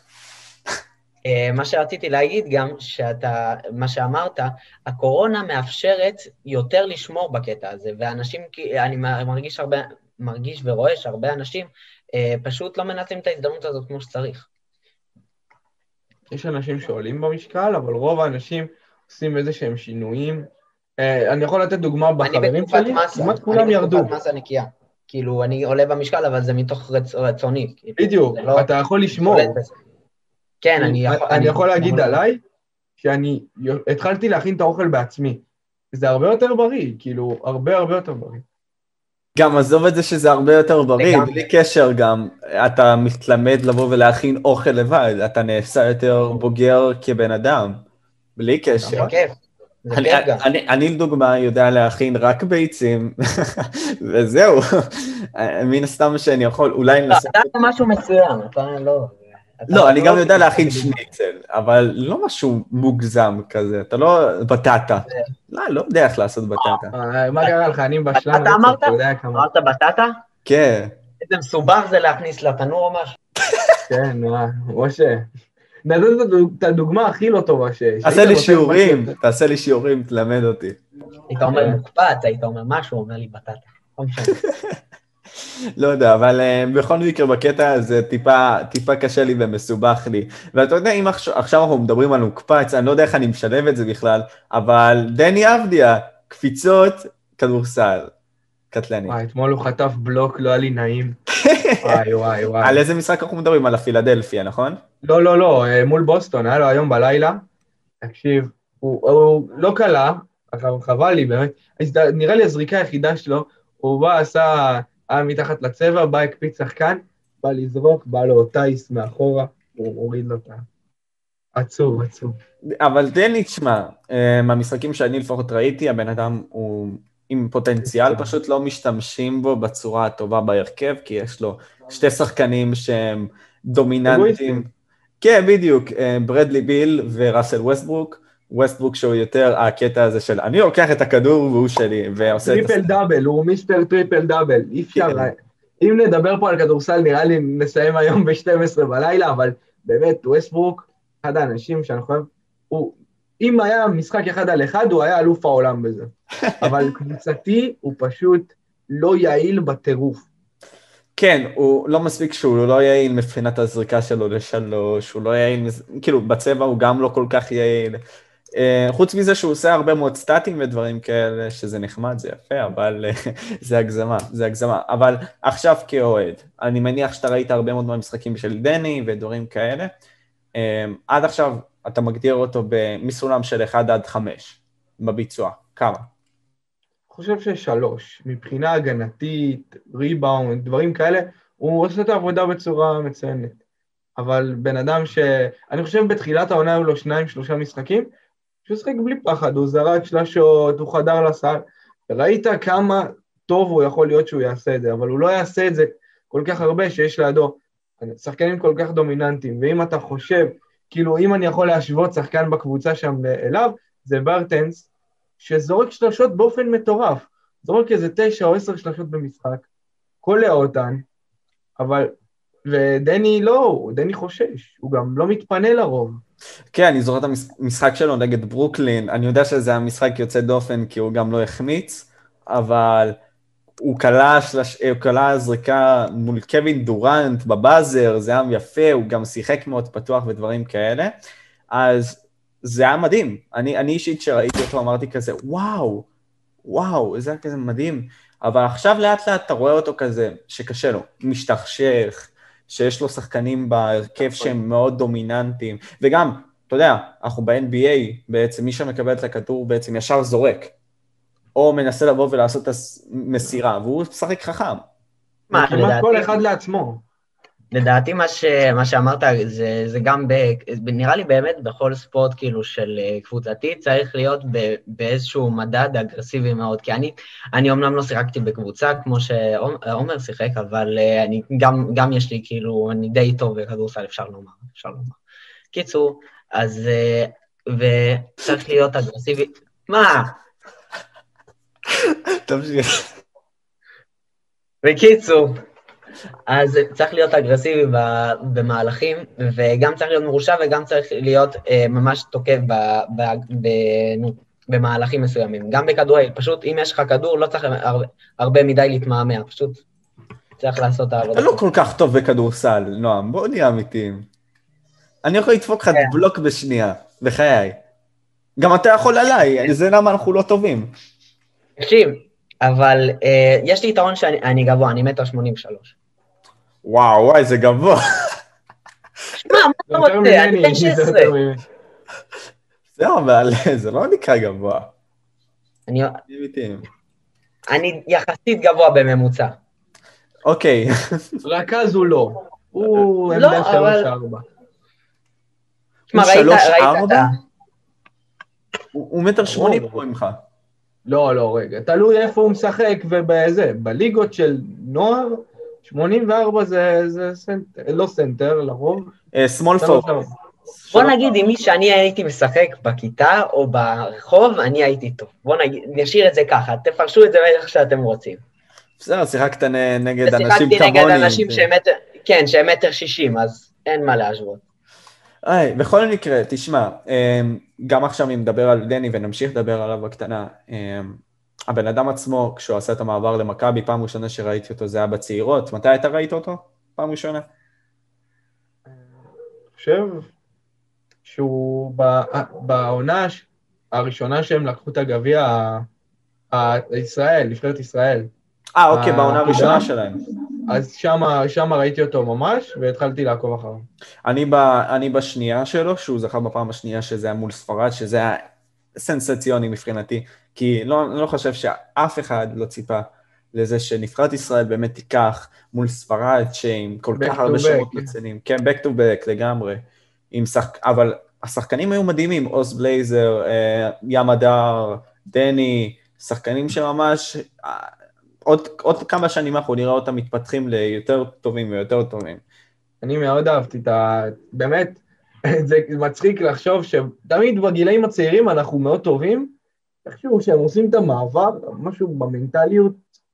מה שרציתי להגיד גם, שאתה, מה שאמרת, הקורונה מאפשרת יותר לשמור בקטע הזה, ואנשים, אני מרגיש הרבה, מרגיש ורואה שהרבה אנשים פשוט לא מנצלים את ההזדמנות הזאת כמו שצריך. יש אנשים שעולים במשקל, אבל רוב האנשים עושים איזה שהם שינויים. אני יכול לתת דוגמה בחברים שלי, כמעט כולם ירדו. אני בתקופת מסה נקייה. כאילו, אני עולה במשקל, אבל זה מתוך רצוני. בדיוק, אתה יכול לשמור. כן, אני יכול... אני יכול להגיד עליי, שאני התחלתי להכין את האוכל בעצמי. זה הרבה יותר בריא, כאילו, הרבה הרבה יותר בריא. גם עזוב את זה שזה הרבה יותר בריא, בלי קשר גם, אתה מתלמד לבוא ולהכין אוכל לבד, אתה נעשה יותר בוגר כבן אדם, בלי קשר. זה כיף, זה כיף גם. אני לדוגמה יודע להכין רק ביצים, וזהו, מן הסתם שאני יכול, אולי ננסה... אתה משהו מסוים, אתה לא... לא, אני גם יודע להכין שניצל, אבל לא משהו מוגזם כזה, אתה לא בטטה. לא, לא יודע איך לעשות בטטה. מה קרה לך? אני בשלם, אתה אמרת? אמרת בטטה? כן. איזה מסובך זה להכניס לתנור או משהו? כן, משה. נתת את הדוגמה הכי לא טובה שיש. תעשה לי שיעורים, תעשה לי שיעורים, תלמד אותי. היית אומר מוקפץ, היית אומר משהו, אומר לי בטטה. לא משנה. לא יודע, אבל uh, בכל מקרה בקטע הזה טיפה, טיפה קשה לי ומסובך לי. ואתה יודע, אם עכשיו, עכשיו אנחנו מדברים על מוקפץ, אני לא יודע איך אני משלב את זה בכלל, אבל דני אבדיה, קפיצות, כדורסל, קטלני. וואי, אתמול הוא חטף בלוק, לא היה לי נעים. וואי, וואי, וואי. על איזה משחק אנחנו מדברים? על הפילדלפיה, נכון? לא, לא, לא, מול בוסטון, היה לו היום בלילה. תקשיב, הוא, הוא לא קלה, חבל לי באמת, נראה לי הזריקה היחידה שלו, הוא בא, עשה... היה מתחת לצבע, בא הקפיץ שחקן, בא לזרוק, בא לו טייס מאחורה, הוא הוריד לו את עצוב, עצוב. אבל תן לי, תשמע, מהמשחקים שאני לפחות ראיתי, הבן אדם הוא עם פוטנציאל, פשוט לא משתמשים בו בצורה הטובה בהרכב, כי יש לו שתי שחקנים שהם דומיננטיים. כן, בדיוק, ברדלי ביל וראסל ווסטברוק, ווסטברוק שהוא יותר הקטע הזה של, אני לוקח את הכדור והוא שלי, ועושה את... טריפל דאבל, הוא מיסטר טריפל דאבל, אי אפשר, אם נדבר פה על כדורסל, נראה לי נסיים היום ב-שתים עשרה בלילה, אבל באמת, ווסטברוק, אחד האנשים שאני חושב, הוא, אם היה משחק אחד על אחד, הוא היה אלוף העולם בזה, אבל קבוצתי הוא פשוט לא יעיל בטירוף. כן, הוא לא מספיק שהוא לא יעיל מבחינת הזריקה שלו לשלוש, הוא לא יעיל, כאילו בצבע הוא גם לא כל כך יעיל, חוץ מזה שהוא עושה הרבה מאוד סטטים ודברים כאלה, שזה נחמד, זה יפה, אבל זה הגזמה, זה הגזמה. אבל עכשיו כאוהד, אני מניח שאתה ראית הרבה מאוד מהמשחקים של דני ודברים כאלה, עד עכשיו אתה מגדיר אותו מסולם של אחד עד חמש, בביצוע, כמה? אני חושב ששלוש, מבחינה הגנתית, ריבאונד, דברים כאלה, הוא עושה את העבודה בצורה מצוינת. אבל בן אדם ש... אני חושב בתחילת העונה היו לו שניים, שלושה משחקים, שהוא שחק בלי פחד, הוא זרק שלשות, הוא חדר לסל, ראית כמה טוב הוא יכול להיות שהוא יעשה את זה, אבל הוא לא יעשה את זה כל כך הרבה שיש לידו שחקנים כל כך דומיננטיים, ואם אתה חושב, כאילו אם אני יכול להשוות שחקן בקבוצה שם אליו, זה ברטנס, שזורק שלשות באופן מטורף, זורק איזה תשע או עשר שלשות במשחק, קולע אותן, אבל, ודני לא, דני חושש, הוא גם לא מתפנה לרוב. כן, אני זוכר את המשחק שלו נגד ברוקלין, אני יודע שזה המשחק יוצא דופן, כי הוא גם לא החמיץ, אבל הוא קלע, שלש... הוא קלע זריקה מול קווין דורנט בבאזר, זה היה יפה, הוא גם שיחק מאוד פתוח ודברים כאלה, אז זה היה מדהים, אני, אני אישית שראיתי אותו אמרתי כזה, וואו, וואו, זה היה כזה מדהים, אבל עכשיו לאט לאט אתה רואה אותו כזה, שקשה לו, משתכשך, שיש לו שחקנים בהרכב שהם מאוד דומיננטיים, וגם, אתה יודע, אנחנו ב-אן בי איי, בעצם מי שמקבל את הכדור בעצם ישר זורק, או מנסה לבוא ולעשות את המסירה, והוא שחק חכם. מה, כמעט כל אחד לעצמו. לדעתי מה, ש... מה שאמרת זה, זה גם, ב... נראה לי באמת בכל ספורט כאילו של קבוצתי, צריך להיות ב... באיזשהו מדד אגרסיבי מאוד, כי אני, אני אומנם לא שיחקתי בקבוצה, כמו שעומר שיחק, אבל אני, גם, גם יש לי כאילו, אני די טוב בכדורסל, אפשר לומר, אפשר לומר. קיצור, אז, וצריך להיות אגרסיבי, מה? תמשיך. בקיצור, אז צריך להיות אגרסיבי במהלכים, וגם צריך להיות מרושע, וגם צריך להיות ממש תוקף במהלכים מסוימים. גם בכדורגל, פשוט אם יש לך כדור, לא צריך הרבה מדי להתמהמה, פשוט צריך לעשות את העבודה. אתה לא כל כך טוב בכדורסל, נועם, בוא נהיה אמיתיים. אני יכול לדפוק לך בלוק בשנייה, בחיי. גם אתה יכול עליי, זה למה אנחנו לא טובים. תקשיב, אבל יש לי יתרון שאני גבוה, אני מטר שמונים ושלוש. וואו, וואי, זה גבוה. מה, מה אתה רוצה? אני בן שש עשרה. זהו, אבל זה לא נקרא גבוה. אני יחסית גבוה בממוצע. אוקיי. רכז הוא לא. הוא עמדה שלוש ארבע. הוא שלוש ארבע? הוא מטר שמונים פה ממך. לא, לא, רגע. תלוי איפה הוא משחק ובזה. בליגות של נוער, שמונים וארבע זה סנטר, לא סנטר, לרוב. סמול פורט. בוא נגיד, עם מי שאני הייתי משחק בכיתה או ברחוב, אני הייתי טוב. בוא נשאיר את זה ככה, תפרשו את זה איך שאתם רוצים. בסדר, שיחקת נגד אנשים כמוני. שיחקתי נגד אנשים כן, שהם מטר שישים, אז אין מה להשוות. בכל מקרה, תשמע, גם עכשיו אם נדבר על דני ונמשיך לדבר עליו בקטנה, הבן אדם עצמו, כשהוא עשה את המעבר למכבי, פעם ראשונה שראיתי אותו, זה היה בצעירות. מתי אתה ראית אותו? פעם ראשונה? אני חושב שהוא בעונה הראשונה שהם לקחו את הגביע הישראל, נבחרת ישראל. אה, אוקיי, בעונה הראשונה שלהם. אז שם ראיתי אותו ממש, והתחלתי לעקוב אחריו. אני בשנייה שלו, שהוא זכה בפעם השנייה שזה היה מול ספרד, שזה היה סנסציוני מבחינתי, כי לא, אני לא חושב שאף אחד לא ציפה לזה שנבחרת ישראל באמת תיקח מול ספרד, שעם כל כך הרבה שמות מציינים. כן, back to back לגמרי. שחק... אבל השחקנים היו מדהימים, אוס בלייזר, ים הדר, דני, שחקנים שממש, עוד, עוד כמה שנים אנחנו נראה אותם מתפתחים ליותר טובים ויותר טובים. אני מאוד אהבתי את ה... באמת, זה מצחיק לחשוב שתמיד בגילאים הצעירים אנחנו מאוד טובים, איכשהו שהם עושים את המעבר, משהו במנטליות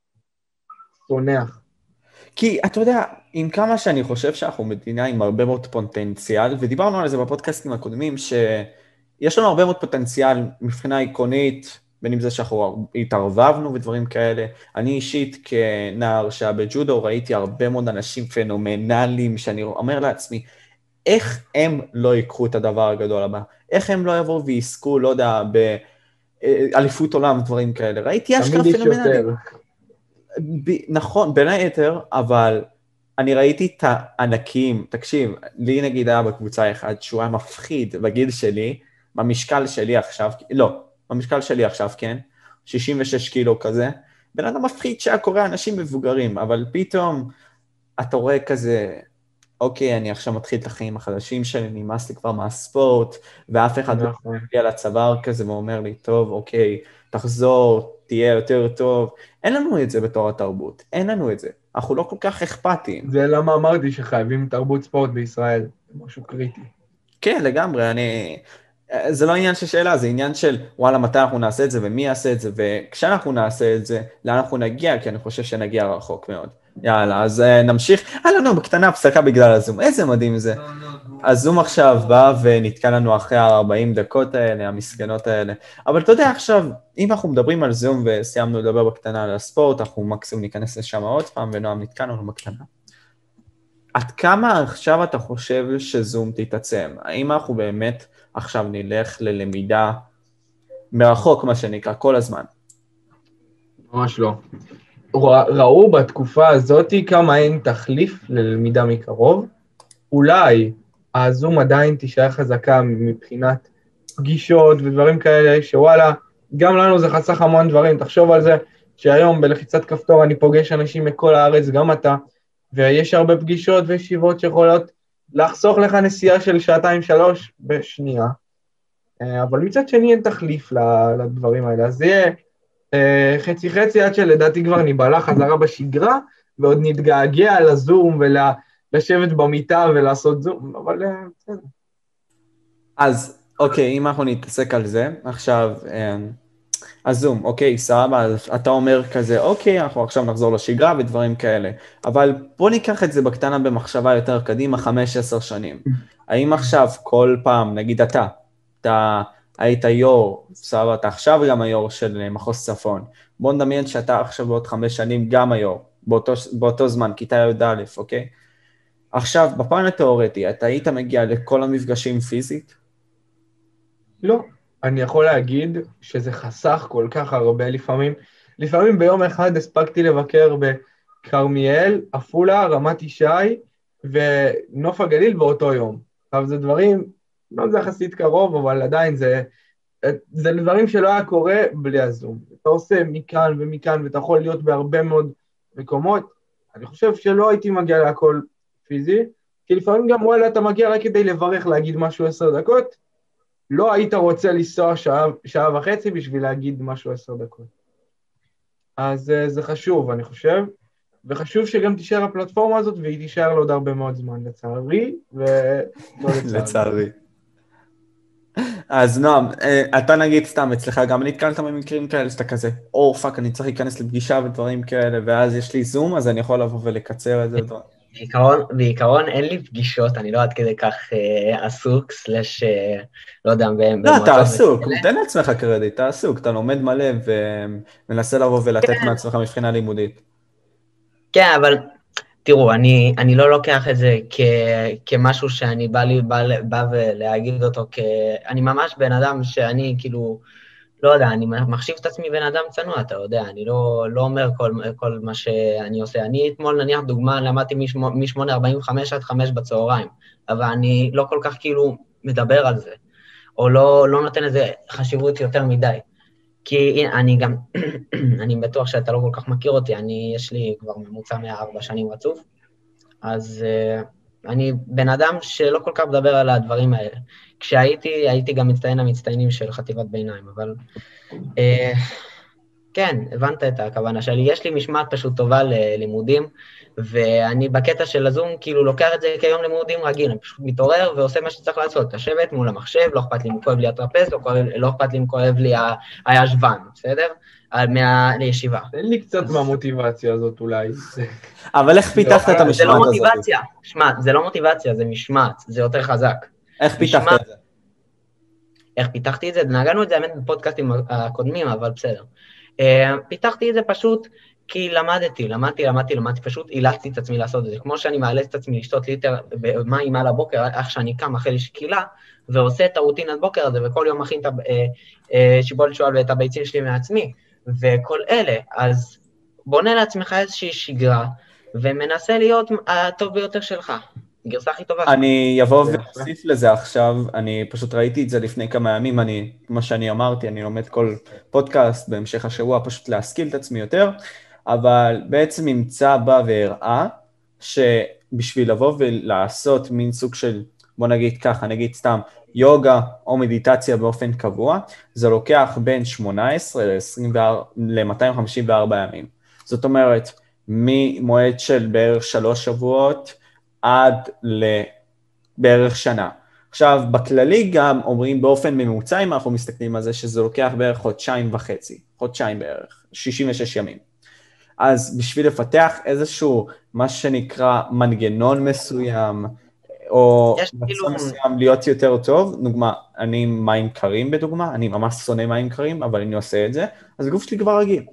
צונח. כי אתה יודע, עם כמה שאני חושב שאנחנו מדינה עם הרבה מאוד פוטנציאל, ודיברנו על זה בפודקאסטים הקודמים, שיש לנו הרבה מאוד פוטנציאל מבחינה עקרונית, בין אם זה שאנחנו התערבבנו ודברים כאלה. אני אישית כנער שהיה בג'ודו, ראיתי הרבה מאוד אנשים פנומנליים, שאני אומר לעצמי, איך הם לא ייקחו את הדבר הגדול הבא? איך הם לא יבואו ויעסקו, לא יודע, באליפות עולם, דברים כאלה. ראיתי אשכרה פנומנליים. נכון, בין היתר, אבל אני ראיתי את הענקים, תקשיב, לי נגיד היה בקבוצה אחד שהוא היה מפחיד בגיל שלי, במשקל שלי עכשיו, לא, במשקל שלי עכשיו, כן, שישים ושש קילו כזה, בן אדם מפחיד שהיה קורא אנשים מבוגרים, אבל פתאום אתה רואה כזה, אוקיי, אני עכשיו מתחיל את החיים החדשים שלי, נמאס לי כבר מהספורט, ואף אחד לא מגיע לצוואר כזה ואומר לי, טוב, אוקיי, תחזור, תהיה יותר טוב. אין לנו את זה בתור התרבות, אין לנו את זה. אנחנו לא כל כך אכפתיים. זה למה אמרתי שחייבים תרבות ספורט בישראל, זה משהו קריטי. כן, לגמרי, אני... זה לא עניין של שאלה, זה עניין של, וואלה, מתי אנחנו נעשה את זה, ומי יעשה את זה, וכשאנחנו נעשה את זה, לאן אנחנו נגיע, כי אני חושב שנגיע רחוק מאוד. יאללה, אז נמשיך. אה, לא, לא, בקטנה הפסקה בגלל הזום. איזה מדהים זה. הזום עכשיו בא ונתקע לנו אחרי ה-ארבעים דקות האלה, המסכנות האלה. אבל אתה יודע עכשיו, אם אנחנו מדברים על זום וסיימנו לדבר בקטנה על הספורט, אנחנו מקסימום ניכנס לשם עוד פעם, ונועם נתקע לנו בקטנה. עד כמה עכשיו אתה חושב שזום תתעצם? האם אנחנו באמת עכשיו נלך ללמידה מרחוק, מה שנקרא, כל הזמן? ממש לא. ראו בתקופה הזאת כמה אין תחליף ללמידה מקרוב, אולי הזום עדיין תישאר חזקה מבחינת פגישות ודברים כאלה, שוואלה, גם לנו זה חסך המון דברים, תחשוב על זה שהיום בלחיצת כפתור אני פוגש אנשים מכל הארץ, גם אתה, ויש הרבה פגישות וישיבות שיכולות לחסוך לך נסיעה של שעתיים שלוש בשנייה, אבל מצד שני אין תחליף לדברים האלה, אז זה יהיה חצי חצי עד שלדעתי כבר ניבלה חזרה בשגרה, ועוד נתגעגע לזום ולשבת במיטה ולעשות זום, אבל בסדר. אז אוקיי, אם אנחנו נתעסק על זה, עכשיו, הזום, אוקיי, סבבה, אתה אומר כזה, אוקיי, אנחנו עכשיו נחזור לשגרה ודברים כאלה, אבל בוא ניקח את זה בקטנה במחשבה יותר קדימה, חמש עשר שנים. האם עכשיו כל פעם, נגיד אתה, אתה היית יור, סבבה, אתה עכשיו גם היור של מחוז צפון, בוא נדמיין שאתה עכשיו בעוד חמש שנים גם היור, באותו, באותו זמן, כיתה י"א, אוקיי? עכשיו, בפן התיאורטי, אתה היית מגיע לכל המפגשים פיזית? לא. אני יכול להגיד שזה חסך כל כך הרבה לפעמים. לפעמים ביום אחד הספקתי לבקר בקרמיאל, אפולה, רמת ישי ונוף הגליל באותו יום. עכשיו זה דברים, לא זה יחסית קרוב, אבל עדיין זה, זה דברים שלא היה קורה בלי הזום. אתה עושה מכאן ומכאן ואתה יכול להיות בהרבה מאוד מקומות. אני חושב שלא הייתי מגיע להכל פיזי, כי לפעמים גם וואלה אתה מגיע רק כדי לברך, להגיד משהו עשר דקות, לא היית רוצה לנסוע שעה, שעה וחצי בשביל להגיד משהו עשר דקות. אז זה חשוב, אני חושב, וחשוב שגם תישאר הפלטפורמה הזאת, והיא תישאר לעוד הרבה מאוד זמן, לצערי, ולא לצערי. לצערי. אז נועם, אתה נגיד סתם, אצלך גם נתקלת במקרים כאלה, שאתה כזה, או פאק, אני צריך להיכנס לפגישה ודברים כאלה, ואז יש לי זום, אז אני יכול לבוא ולקצר את זה ודברים. בעיקרון, בעיקרון אין לי פגישות, אני לא עד כדי כך אה, עסוק, סלש, אה, לא יודע, לא, אתה עסוק, תן לעצמך קרדיט, אתה עסוק, אתה לומד מלא ומנסה לבוא ולתת כן. מעצמך מבחינה לימודית. כן, אבל תראו, אני, אני לא לוקח את זה כ, כמשהו שאני בא, לי, בא, בא ולהגיד אותו, כ, אני ממש בן אדם שאני כאילו, לא יודע, אני מחשיב את עצמי בן אדם צנוע, אתה יודע, אני לא, לא אומר כל, כל מה שאני עושה. אני אתמול נניח דוגמה, למדתי מ-שמונה ארבעים וחמש עד חמש בצהריים, אבל אני לא כל כך כאילו מדבר על זה, או לא, לא נותן לזה חשיבות יותר מדי. כי אני גם, אני בטוח שאתה לא כל כך מכיר אותי, אני, יש לי כבר ממוצע מארבע שנים רצוף, אז uh, אני בן אדם שלא כל כך מדבר על הדברים האלה. כשהייתי, הייתי גם מצטיין המצטיינים של חטיבת ביניים, אבל uh, כן, הבנת את הכוונה שלי. יש לי משמעת פשוט טובה ללימודים, ואני בקטע של הזום כאילו לוקח את זה כיום לימודים רגיל, אני פשוט מתעורר ועושה מה שצריך לעשות, לשבת מול המחשב, לא אכפת לי אם כואב לי הטרפז, לא, לא אכפת לי אם כואב לי הישבן, בסדר? מהישיבה. תן לי קצת מהמוטיבציה הזאת אולי. אבל איך פיתחת את המשמעת הזאת? זה לא מוטיבציה, שמע, זה לא מוטיבציה, זה משמעת, זה יותר חזק. איך פיתחת את זה? איך פיתחתי את זה? נגענו את זה האמת בפודקאסטים הקודמים, אבל בסדר. פיתחתי את זה פשוט כי למדתי, למדתי, למדתי, למדתי, פשוט אילצתי את עצמי לעשות את זה. כמו שאני מאלץ את עצמי לשתות ליטר מים על הבוקר, איך שאני קם אחרי שקילה, ועושה את הרוטינת בוקר הזה, וכל יום מכין את שיבולת שועל ואת הביצים שלי מעצמי, וכל אלה, אז בונה לעצמך איזושהי שגרה, ומנסה להיות הטוב ביותר שלך. גרסה הכי טובה. אני אבוא ואוסיף לזה עכשיו, אני פשוט ראיתי את זה לפני כמה ימים, אני, מה שאני אמרתי, אני לומד כל פודקאסט בהמשך השבוע, פשוט להשכיל את עצמי יותר, אבל בעצם נמצא בה והראה, שבשביל לבוא ולעשות מין סוג של, בוא נגיד ככה, נגיד סתם, יוגה או מדיטציה באופן קבוע, זה לוקח בין שמונה עשרה ל-מאתיים חמישים וארבע ימים. זאת אומרת, ממועד של בערך שלוש שבועות, עד לבערך שנה. עכשיו, בכללי גם אומרים באופן ממוצע, אם אנחנו מסתכלים על זה, שזה לוקח בערך חודשיים וחצי, חודשיים בערך, שישים ושש ימים. אז בשביל לפתח איזשהו, מה שנקרא מנגנון מסוים, או רצון מסוים להיות יותר טוב, דוגמה, אני מים קרים בדוגמה, אני ממש שונא מים קרים, אבל אני עושה את זה, אז הגוף שלי כבר רגיל.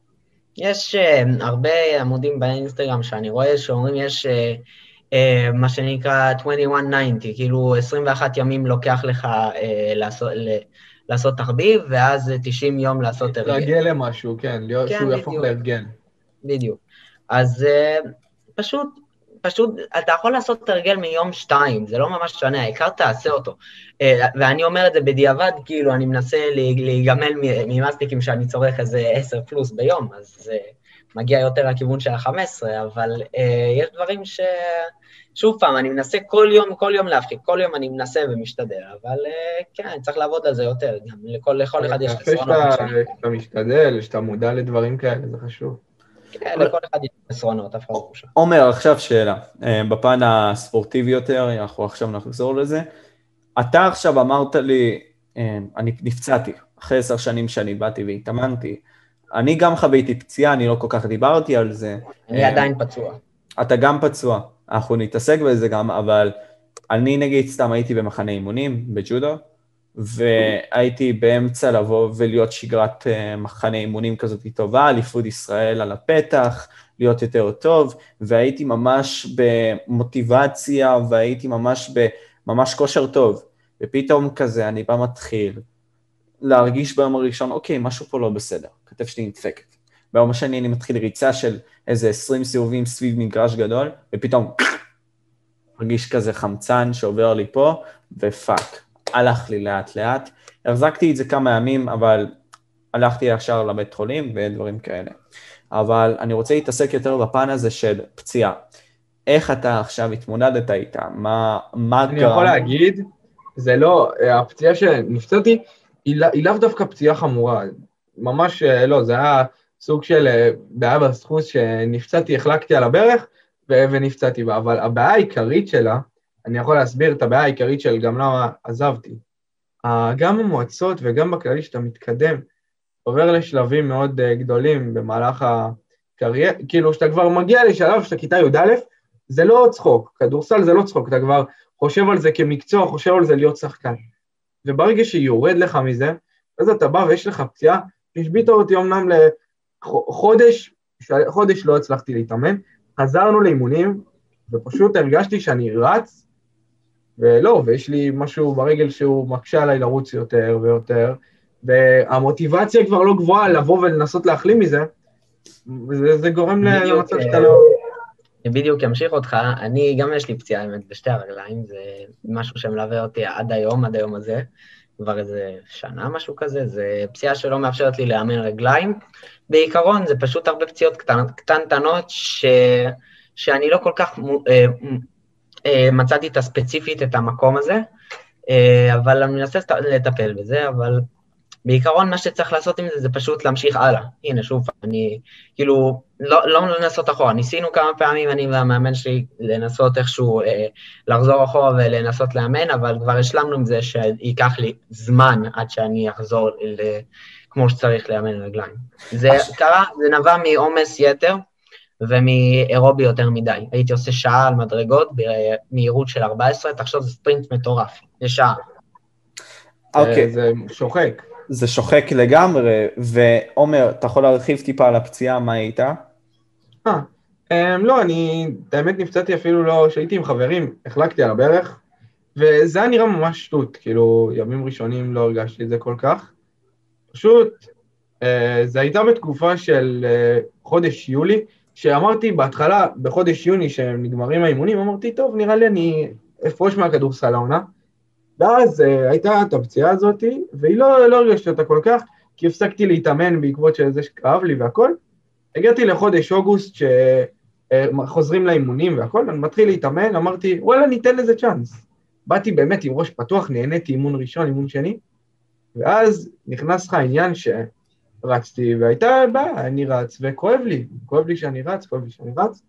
יש uh, הרבה עמודים באינסטגרם שאני רואה, שאומרים יש... Uh, Uh, מה שנקרא עשרים ואחת תשעים, כאילו עשרים ואחת ימים לוקח לך uh, לעשות, לעשות תחביב, ואז תשעים יום לעשות הרגל. להגיע למשהו, כן, להיות, כן שהוא בדיוק. יהפוך להרגל. בדיוק. אז uh, פשוט, פשוט, אתה יכול לעשות הרגל מיום שתיים, זה לא ממש שונה, העיקר תעשה אותו. Uh, ואני אומר את זה בדיעבד, כאילו אני מנסה להיגמל ממסטיקים שאני צורך איזה עשר פלוס ביום, אז uh, מגיע יותר לכיוון של ה-חמש עשרה, אבל uh, יש דברים ש... שוב פעם, אני מנסה כל יום, כל יום להפחיד, כל יום אני מנסה ומשתדל, אבל uh, כן, אני צריך לעבוד על זה יותר, גם לכל, לכל אחד יש חסרונות. שאתה משתדל, שאתה מודע לדברים כאלה, זה חשוב. כן, לכל אחד יש חסרונות, אף אחד לא חושב. עומר, עכשיו שאלה, בפן הספורטיבי יותר, אנחנו עכשיו נחזור לזה, אתה עכשיו אמרת לי, אני נפצעתי, אחרי עשר שנים שאני באתי והתאמנתי, אני גם חוויתי פציעה, אני לא כל כך דיברתי על זה. אני עדיין פצוע. אתה גם פצוע, אנחנו נתעסק בזה גם, אבל אני נגיד סתם הייתי במחנה אימונים, בג'ודו, והייתי באמצע לבוא ולהיות שגרת מחנה אימונים כזאת טובה, אליפות ישראל על הפתח, להיות יותר טוב, והייתי ממש במוטיבציה, והייתי ממש בממש כושר טוב, ופתאום כזה אני בא מתחיל להרגיש ביום הראשון, אוקיי, משהו פה לא בסדר, כתף שלי נדפקת. ביום השני אני מתחיל ריצה של איזה עשרים סיבובים סביב מגרש גדול, ופתאום מרגיש כזה חמצן שעובר לי פה, ופאק, הלך לי לאט לאט. החזקתי את זה כמה ימים, אבל הלכתי ישר לבית חולים ודברים כאלה. אבל אני רוצה להתעסק יותר בפן הזה של פציעה. איך אתה עכשיו התמודדת איתה? מה, מה אני גם... יכול להגיד, זה לא, הפציעה שנפצעתי, היא לאו דווקא פציעה חמורה. ממש לא, זה היה סוג של בעיה בסחוס שנפצעתי, החלקתי על הברך ונפצעתי בה, אבל הבעיה העיקרית שלה, אני יכול להסביר את הבעיה העיקרית של גם למה עזבתי. גם במועצות וגם בכללי שאתה מתקדם, עובר לשלבים מאוד גדולים במהלך הקריירה, כאילו שאתה כבר מגיע לשלב שאתה כיתה י"א, זה לא צחוק, כדורסל זה לא צחוק, אתה כבר חושב על זה כמקצוע, חושב על זה להיות שחקן. וברגע שיורד לך מזה, אז אתה בא ויש לך פציעה, השביתה אותי אמנם לחודש, חודש לא הצלחתי להתאמן, חזרנו לאימונים, ופשוט הרגשתי שאני רץ, ולא, ויש לי משהו ברגל שהוא מקשה עליי לרוץ יותר ויותר, והמוטיבציה כבר לא גבוהה לבוא ולנסות להחלים מזה, וזה זה גורם למצב שאתה לא... בדיוק ימשיך אותך, אני גם יש לי פציעה האמת בשתי הרגליים, זה משהו שמלווה אותי עד היום, עד היום הזה, כבר איזה שנה משהו כזה, זה פציעה שלא מאפשרת לי לאמן רגליים, בעיקרון זה פשוט הרבה פציעות קטנטנות, ש... שאני לא כל כך אה, אה, מצאתי את הספציפית, את המקום הזה, אה, אבל אני מנסה לטפל בזה, אבל בעיקרון מה שצריך לעשות עם זה, זה פשוט להמשיך הלאה. הנה, שוב, אני, כאילו, לא, לא לנסות אחורה. ניסינו כמה פעמים, אני והמאמן שלי, לנסות איכשהו אה, לחזור אחורה ולנסות לאמן, אבל כבר השלמנו עם זה שייקח לי זמן עד שאני אחזור ל, כמו שצריך לאמן רגליים. זה קרה, זה נבע מעומס יתר, ומאירובי יותר מדי. הייתי עושה שעה על מדרגות, במהירות של ארבע עשרה, תחשוב, זה ספרינט מטורף, לשעה. אוקיי. זה שוחק. זה שוחק לגמרי, ועומר, אתה יכול להרחיב טיפה על הפציעה, מה הייתה? אה, לא, אני, האמת נפצעתי אפילו לא, שהייתי עם חברים, החלקתי על הברך, וזה היה נראה ממש שטות, כאילו, ימים ראשונים לא הרגשתי את זה כל כך. פשוט, זה הייתה בתקופה של חודש יולי, שאמרתי בהתחלה, בחודש יוני, שהם נגמרים האימונים, אמרתי, טוב, נראה לי אני אפרוש מהכדורסל העונה, ואז הייתה את הפציעה הזאת, והיא לא, לא הרגשתי אותה כל כך, כי הפסקתי להתאמן בעקבות של זה שכאב לי והכל. הגעתי לחודש אוגוסט, שחוזרים לאימונים והכל, אני מתחיל להתאמן, אמרתי, וואלה, ניתן לזה צ'אנס. באתי באמת עם ראש פתוח, נהניתי אימון ראשון, אימון שני, ואז נכנס לך העניין שרצתי, והייתה בעיה, אני רץ, וכואב לי, כואב לי שאני רץ, כואב לי שאני רץ,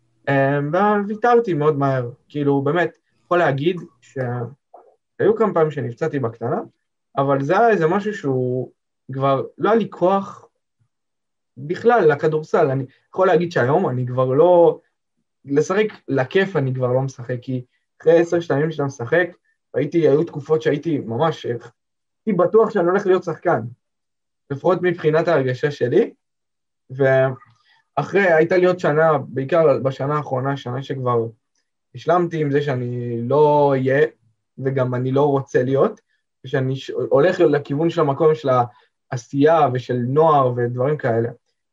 וויתרתי מאוד מהר, כאילו באמת, יכול להגיד שהיו כמה פעמים שנפצעתי בקטנה, אבל זה היה איזה משהו שהוא כבר לא היה לי כוח בכלל לכדורסל, אני יכול להגיד שהיום אני כבר לא, לשחק לכיף אני כבר לא משחק, כי אחרי עשר שנים שאתה משחק, הייתי, היו תקופות שהייתי ממש, הייתי בטוח שאני הולך להיות שחקן, לפחות מבחינת ההרגשה שלי, ואחרי, הייתה לי עוד שנה, בעיקר בשנה האחרונה, שנה שכבר השלמתי עם זה שאני לא אהיה, וגם אני לא רוצה להיות, ושאני הולך לכיוון של המקום של העשייה ושל נוער ודברים כאלה.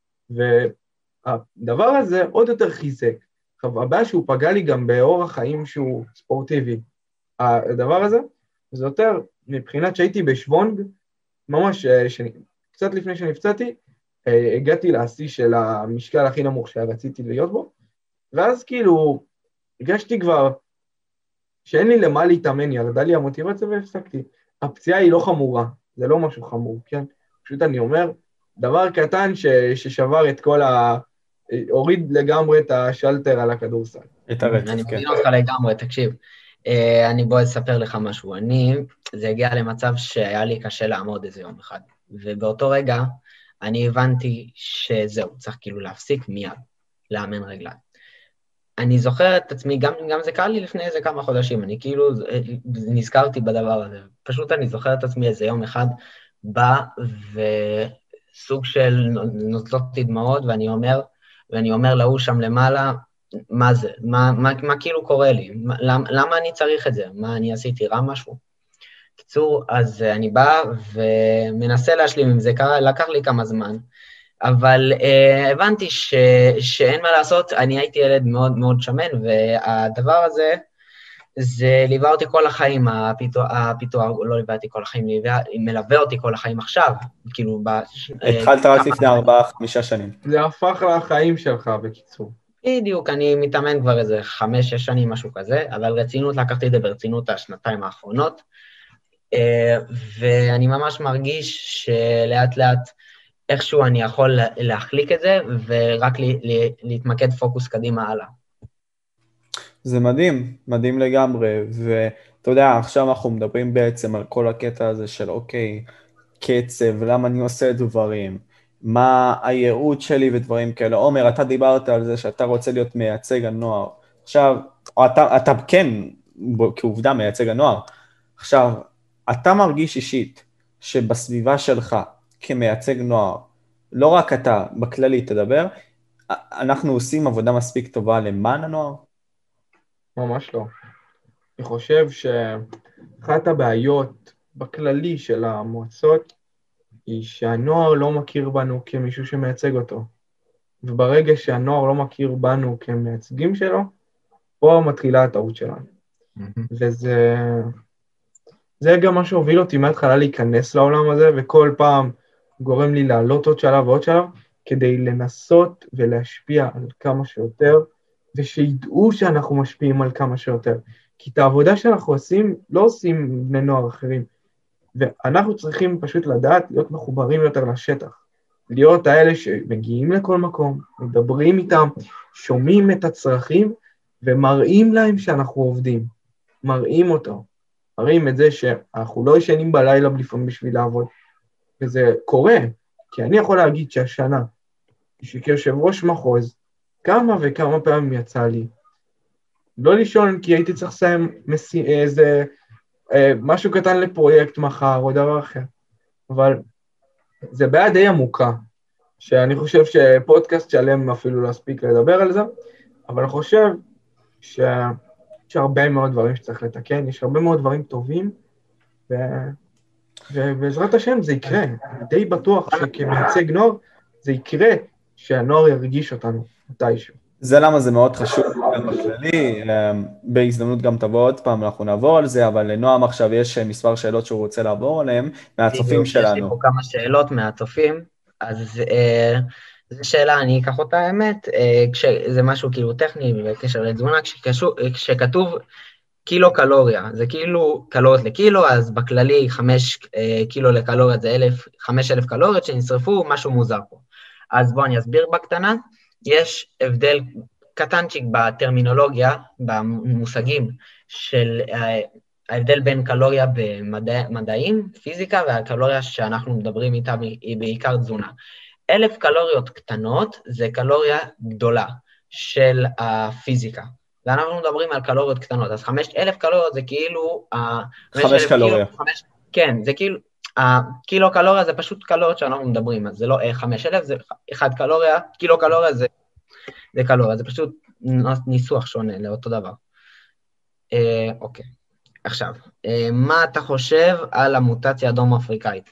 והדבר הזה עוד יותר חיזק. הבעיה שהוא פגע לי גם באורח חיים שהוא ספורטיבי. הדבר הזה, זה יותר מבחינת שהייתי בשוונג, ממש שאני, קצת לפני שנפצעתי, הגעתי להשיא של המשקל הכי נמוך שרציתי להיות בו, ואז כאילו הגשתי כבר שאין לי למה להתאמן, ירדה לי המוטיבציה והפסקתי. הפציעה היא לא חמורה, זה לא משהו חמור, כן? פשוט אני אומר, דבר קטן ש, ששבר את כל ה... הוריד לגמרי את השלטר על הכדורסל. את הרצף, כן. אני מבין אותך לגמרי, תקשיב. אני בוא אספר לך משהו. אני, זה הגיע למצב שהיה לי קשה לעמוד איזה יום אחד, ובאותו רגע אני הבנתי שזהו, צריך כאילו להפסיק מיד, לאמן רגליים. אני זוכר את עצמי, גם, גם זה קרה לי לפני איזה כמה חודשים, אני כאילו נזכרתי בדבר הזה, פשוט אני זוכר את עצמי איזה יום אחד, בא וסוג של נוטלות לי דמעות, ואני אומר, ואני אומר להוא שם למעלה, מה זה? מה, מה, מה כאילו קורה לי? למה, למה אני צריך את זה? מה אני עשיתי? רע משהו? קיצור, אז אני בא ומנסה להשלים עם זה, לקח לי כמה זמן, אבל uh, הבנתי ש, שאין מה לעשות, אני הייתי ילד מאוד מאוד שמן, והדבר הזה, זה ליווה אותי כל החיים, הפיתוח, הפיתוח לא ליווה אותי כל החיים, מלווה אותי כל החיים עכשיו, כאילו... התחלת רק לפני ארבעה, חמישה שנים. זה הפך לחיים שלך, בקיצור. בדיוק, אני מתאמן כבר איזה חמש, שש שנים, משהו כזה, אבל רצינות, לקחתי את זה ברצינות השנתיים האחרונות, ואני ממש מרגיש שלאט לאט, איכשהו אני יכול להחליק את זה, ורק להתמקד פוקוס קדימה הלאה. זה מדהים, מדהים לגמרי, ואתה יודע, עכשיו אנחנו מדברים בעצם על כל הקטע הזה של אוקיי, קצב, למה אני עושה דברים, מה הייעוד שלי ודברים כאלה. עומר, אתה דיברת על זה שאתה רוצה להיות מייצג הנוער, עכשיו, אתה, אתה כן, כעובדה מייצג הנוער, עכשיו, אתה מרגיש אישית שבסביבה שלך, כמייצג נוער, לא רק אתה, בכללי תדבר, אנחנו עושים עבודה מספיק טובה למען הנוער? ממש לא. אני חושב שאחת הבעיות בכללי של המועצות, היא שהנוער לא מכיר בנו כמישהו שמייצג אותו. וברגע שהנוער לא מכיר בנו כמייצגים שלו, פה מתחילה הטעות שלנו. וזה... זה גם מה שהוביל אותי מההתחלה להיכנס לעולם הזה, וכל פעם גורם לי לעלות עוד שלב ועוד שלב, כדי לנסות ולהשפיע על כמה שיותר, ושידעו שאנחנו משפיעים על כמה שיותר. כי את העבודה שאנחנו עושים, לא עושים בני נוער אחרים. ואנחנו צריכים פשוט לדעת להיות מחוברים יותר לשטח, להיות האלה שמגיעים לכל מקום, מדברים איתם, שומעים את הצרכים, ומראים להם שאנחנו עובדים, מראים אותו, מראים את זה שאנחנו לא ישנים בלילה לפעמים בשביל לעבוד, וזה קורה, כי אני יכול להגיד שהשנה, שכיושב ראש מחוז, כמה וכמה פעמים יצא לי, לא לישון כי הייתי צריך לסיים מסי... איזה אה, משהו קטן לפרויקט מחר או דבר אחר, אבל זה בעיה די עמוקה, שאני חושב שפודקאסט שלם אפילו לא הספיק לדבר על זה, אבל אני חושב שיש הרבה מאוד דברים שצריך לתקן, יש הרבה מאוד דברים טובים, ו... ובעזרת השם זה יקרה, אני די בטוח שכמייצג נוער, זה יקרה שהנוער ירגיש אותנו מתישהו. זה למה זה מאוד חשוב גם בכללי, בהזדמנות גם תבוא עוד פעם, אנחנו נעבור על זה, אבל לנועם עכשיו יש מספר שאלות שהוא רוצה לעבור עליהן, מהצופים שלנו. יש לי פה כמה שאלות מהצופים, אז אה, זו שאלה, אני אקח אותה האמת, אה, כשזה משהו כאילו טכני בקשר לתזונה, כשכתוב קילו קלוריה, זה כאילו קלוריות לקילו, אז בכללי חמש אה, קילו לקלוריות זה אלף, חמש אלף קלוריות שנשרפו, משהו מוזר פה. אז בואו אני אסביר בקטנה, יש הבדל קטנצ'יק בטרמינולוגיה, במושגים של ההבדל בין קלוריה במדעים, פיזיקה, והקלוריה שאנחנו מדברים איתה היא בעיקר תזונה. אלף קלוריות קטנות זה קלוריה גדולה של הפיזיקה, ואנחנו מדברים על קלוריות קטנות, אז חמש אלף קלוריות זה כאילו... חמש קלוריה. חמש, כן, זה כאילו... הקילו קלוריה זה פשוט קלוריות שאנחנו מדברים, אז זה לא חמש אלף, זה אחד קלוריה, קילו קלוריה זה, זה קלוריה, זה פשוט ניסוח שונה לאותו דבר. אה, אוקיי, עכשיו, אה, מה אתה חושב על המוטציה הדרום אפריקאית?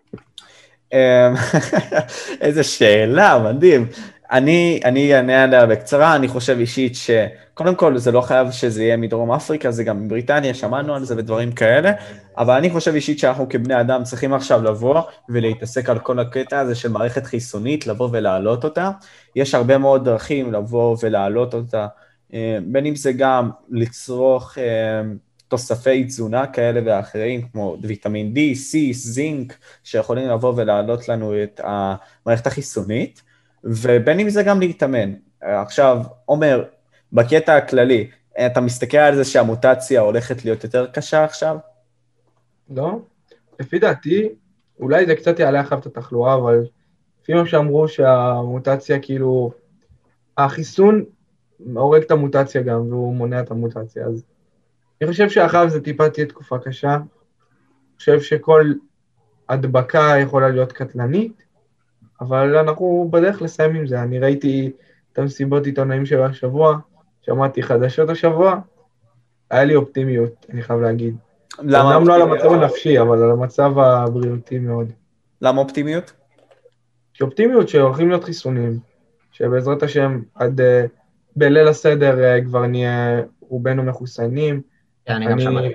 איזה שאלה, מדהים. אני, אני אענה עליה בקצרה, אני חושב אישית שקודם כל זה לא חייב שזה יהיה מדרום אפריקה, זה גם מבריטניה, שמענו על זה ודברים כאלה, אבל אני חושב אישית שאנחנו כבני אדם צריכים עכשיו לבוא ולהתעסק על כל הקטע הזה של מערכת חיסונית, לבוא ולהעלות אותה. יש הרבה מאוד דרכים לבוא ולהעלות אותה, בין אם זה גם לצרוך תוספי תזונה כאלה ואחרים, כמו ויטמין D, C, זינק, שיכולים לבוא ולהעלות לנו את המערכת החיסונית, ובין אם זה גם להתאמן. עכשיו, עומר, בקטע הכללי, אתה מסתכל על זה שהמוטציה הולכת להיות יותר קשה עכשיו? לא. לפי דעתי, אולי זה קצת יעלה אחר את התחלואה, אבל לפי מה שאמרו שהמוטציה, כאילו, החיסון הורג את המוטציה גם, והוא מונע את המוטציה. אז אני חושב שאחריו זה טיפה תהיה תקופה קשה. אני חושב שכל הדבקה יכולה להיות קטלנית, אבל אנחנו בדרך לסיים עם זה. אני ראיתי את המסיבות עיתונאים של השבוע, שמעתי חדשות השבוע, היה לי אופטימיות, אני חייב להגיד. למה? אומנם לא על המצב הנפשי, אבל על המצב הבריאותי מאוד. למה אופטימיות? כי אופטימיות שהולכים להיות חיסונים, שבעזרת השם עד uh, בליל הסדר uh, כבר נהיה רובנו מחוסנים. אני גם שמעתי.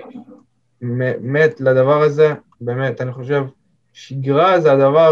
מת לדבר הזה, באמת, אני חושב, שגרה זה הדבר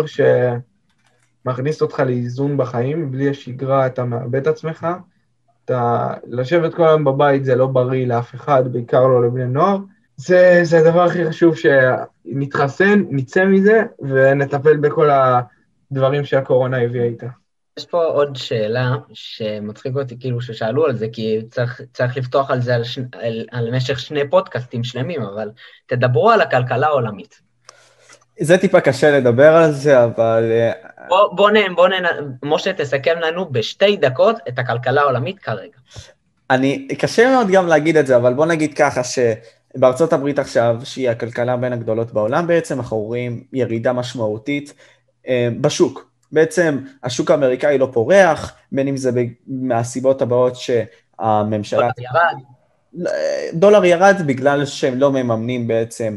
שמכניס אותך לאיזון בחיים, בלי השגרה אתה מאבד את עצמך, אתה לשבת כל היום בבית זה לא בריא לאף אחד, בעיקר לא לבני נוער, זה, זה הדבר הכי חשוב שנתחסן, נצא מזה, ונטפל בכל הדברים שהקורונה הביאה איתה. יש פה עוד שאלה שמצחיק אותי, כאילו ששאלו על זה, כי צריך, צריך לפתוח על זה על, ש... על, על משך שני פודקאסטים שלמים, אבל תדברו על הכלכלה העולמית. זה טיפה קשה לדבר על זה, אבל... בוא, בוא, נ, בוא נ, משה, תסכם לנו בשתי דקות את הכלכלה העולמית כרגע. אני, קשה מאוד גם להגיד את זה, אבל בוא נגיד ככה שבארצות הברית עכשיו, שהיא הכלכלה בין הגדולות בעולם, בעצם אנחנו רואים ירידה משמעותית בשוק. בעצם השוק האמריקאי לא פורח, בין אם זה מהסיבות הבאות שהממשלה... דולר ירד. דולר ירד בגלל שהם לא מממנים בעצם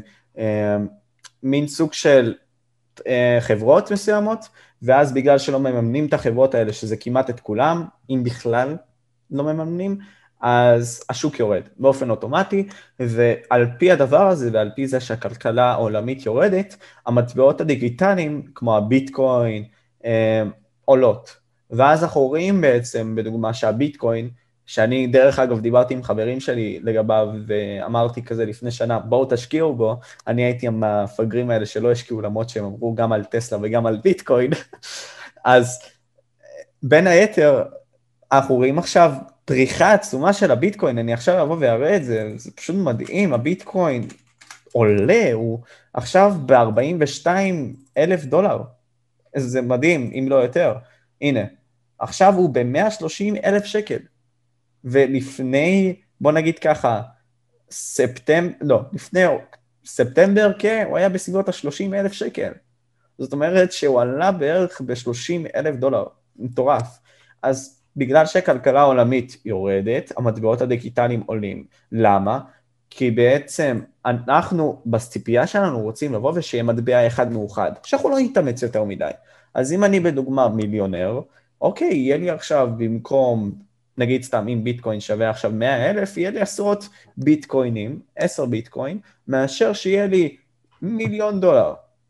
מין סוג של חברות מסוימות, ואז בגלל שלא מממנים את החברות האלה, שזה כמעט את כולם, אם בכלל לא מממנים, אז השוק יורד באופן אוטומטי, ועל פי הדבר הזה, ועל פי זה שהכלכלה העולמית יורדת, המטבעות הדיגיטליים, כמו הביטקוין, עולות. ואז אנחנו רואים בעצם, בדוגמה שהביטקוין שאני דרך אגב דיברתי עם חברים שלי לגביו, ואמרתי כזה לפני שנה, בואו תשקיעו בו, אני הייתי עם המפגרים האלה שלא השקיעו, למרות שהם אמרו גם על טסלה וגם על ביטקוין, אז בין היתר, אנחנו רואים עכשיו פריחה עצומה של הביטקוין, אני עכשיו אבוא ואראה את זה, זה פשוט מדהים, הביטקוין עולה, הוא עכשיו ב-ארבעים ושתיים אלף דולר, זה מדהים, אם לא יותר, הנה, עכשיו הוא ב-מאה ושלושים אלף שקל, ולפני, בוא נגיד ככה, ספטמבר, לא, לפני ספטמבר, כן, הוא היה בסביבות ה-שלושים אלף שקל, זאת אומרת שהוא עלה בערך ב-שלושים אלף דולר, מטורף, אז בגלל שהכלכלה העולמית יורדת, המטבעות הדיגיטליים עולים, למה? כי בעצם אנחנו בסטיפייה שלנו רוצים לבוא ושיהיה מטבע אחד מאוחד, שאנחנו לא נתאמץ יותר מדי, אז אם אני בדוגמה מיליונר, אוקיי, יהיה לי עכשיו במקום, נגיד סתם אם ביטקוין שווה עכשיו מאה אלף, יהיה לי עשרות ביטקוינים, עשר ביטקוין, מאשר שיהיה לי מיליון דולר.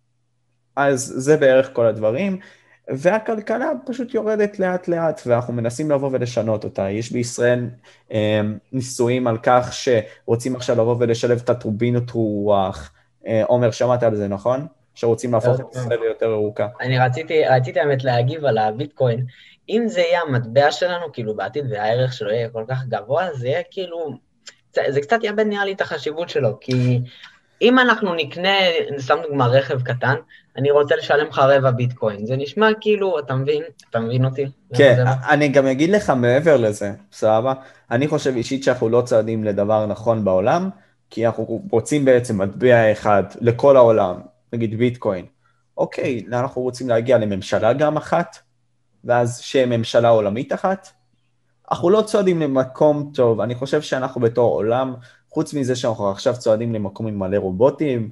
אז זה בערך כל הדברים, והכלכלה פשוט יורדת לאט לאט, ואנחנו מנסים לבוא ולשנות אותה. יש בישראל אה, ניסויים על כך שרוצים עכשיו לבוא ולשלב את הטורבינות רוח. אה, עומר, שמעת על זה, נכון? שרוצים להפוך את ישראל ליותר ארוכה. אני רציתי, רציתי האמת להגיב על הביטקוין. אם זה יהיה המטבע שלנו, כאילו בעתיד, והערך שלו יהיה כל כך גבוה, זה יהיה כאילו, זה קצת יאבד נראה לי את החשיבות שלו, כי אם אנחנו נקנה, שם דוגמה רכב קטן, אני רוצה לשלם לך רבע ביטקוין, זה נשמע כאילו, אתה מבין, אתה מבין אותי? כן, אני גם אגיד לך מעבר לזה, סבבה? אני חושב אישית שאנחנו לא צעדים לדבר נכון בעולם, כי אנחנו רוצים בעצם מטבע אחד לכל העולם, נגיד ביטקוין. אוקיי, אנחנו רוצים להגיע לממשלה גם אחת, ואז שיהיה ממשלה עולמית אחת. אנחנו לא צועדים למקום טוב, אני חושב שאנחנו בתור עולם, חוץ מזה שאנחנו עכשיו צועדים למקום עם מלא רובוטים,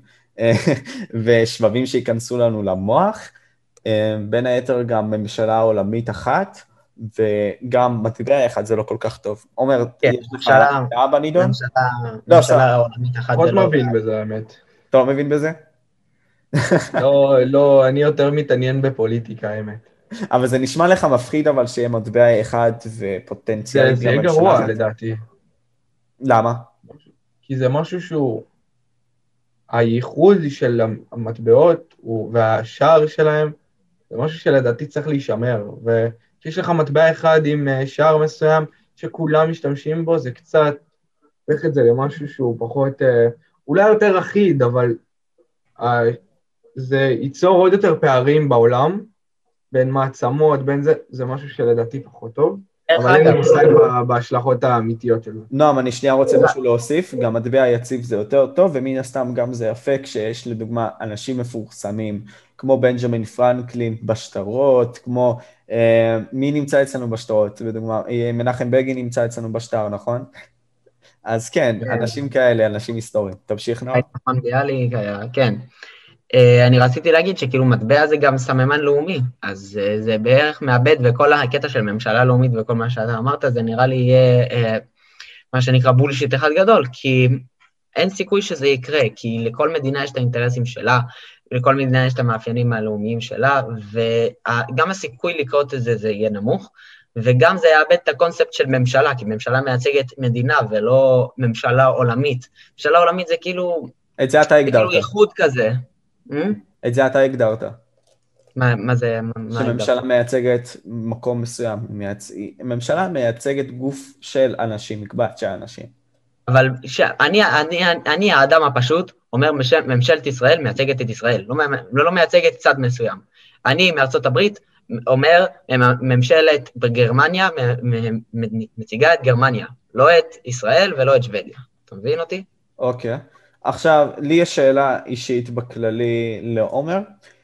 ושבבים שיכנסו לנו למוח, בין היתר גם ממשלה עולמית אחת, וגם מטבע אחד זה לא כל כך טוב. עומר, יש לך דעה בנידון? ממשלה עולמית אחת זה לא... מאוד מבין בזה, האמת. אתה לא מבין בזה? לא, לא, אני יותר מתעניין בפוליטיקה, האמת. אבל זה נשמע לך מפחיד, אבל שיהיה מטבע אחד ופוטנציאלית. זה יהיה גרוע, לדעתי. למה? כי זה משהו שהוא... הייחוד של המטבעות והשער שלהם, זה משהו שלדעתי צריך להישמר, וכשיש לך מטבע אחד עם שער מסוים שכולם משתמשים בו, זה קצת, הופך את זה למשהו שהוא פחות, אולי יותר אחיד, אבל זה ייצור עוד יותר פערים בעולם, בין מעצמות, בין זה, זה משהו שלדעתי פחות טוב. אבל אין לי מושג בהשלכות האמיתיות שלו. נועם, אני שנייה רוצה משהו להוסיף, גם מטבע יציב זה יותר טוב, ומן הסתם גם זה יפה כשיש לדוגמה אנשים מפורסמים, כמו בנג'מין פרנקלין בשטרות, כמו, אה, מי נמצא אצלנו בשטרות, בדוגמה, מנחם בגין נמצא אצלנו בשטר, נכון? אז כן, אנשים כאלה, אנשים היסטוריים. תמשיך נועם. נכון, ביאלי, כן. אני רציתי להגיד שכאילו מטבע זה גם סממן לאומי, אז זה בערך מאבד, וכל הקטע של ממשלה לאומית וכל מה שאתה אמרת, זה נראה לי יהיה מה שנקרא בולשיט אחד גדול, כי אין סיכוי שזה יקרה, כי לכל מדינה יש את האינטרסים שלה, לכל מדינה יש את המאפיינים הלאומיים שלה, וגם הסיכוי לקרות את זה זה יהיה נמוך, וגם זה יאבד את הקונספט של ממשלה, כי ממשלה מייצגת מדינה ולא ממשלה עולמית. ממשלה עולמית זה כאילו... את זה אתה הגדרת. כאילו ייחוד כזה. את זה אתה הגדרת. מה, מה זה? שממשלה מייצגת מקום מסוים. ממשלה מייצגת גוף של אנשים, מקבץ של אנשים. אבל אני, אני, אני האדם הפשוט אומר ממשלת ישראל מייצגת את ישראל, לא, לא מייצגת צד מסוים. אני מארצות הברית אומר ממשלת בגרמניה מציגה את גרמניה, לא את ישראל ולא את שוודיה. אתה מבין אותי? אוקיי. עכשיו, לי יש שאלה אישית בכללי לעומר.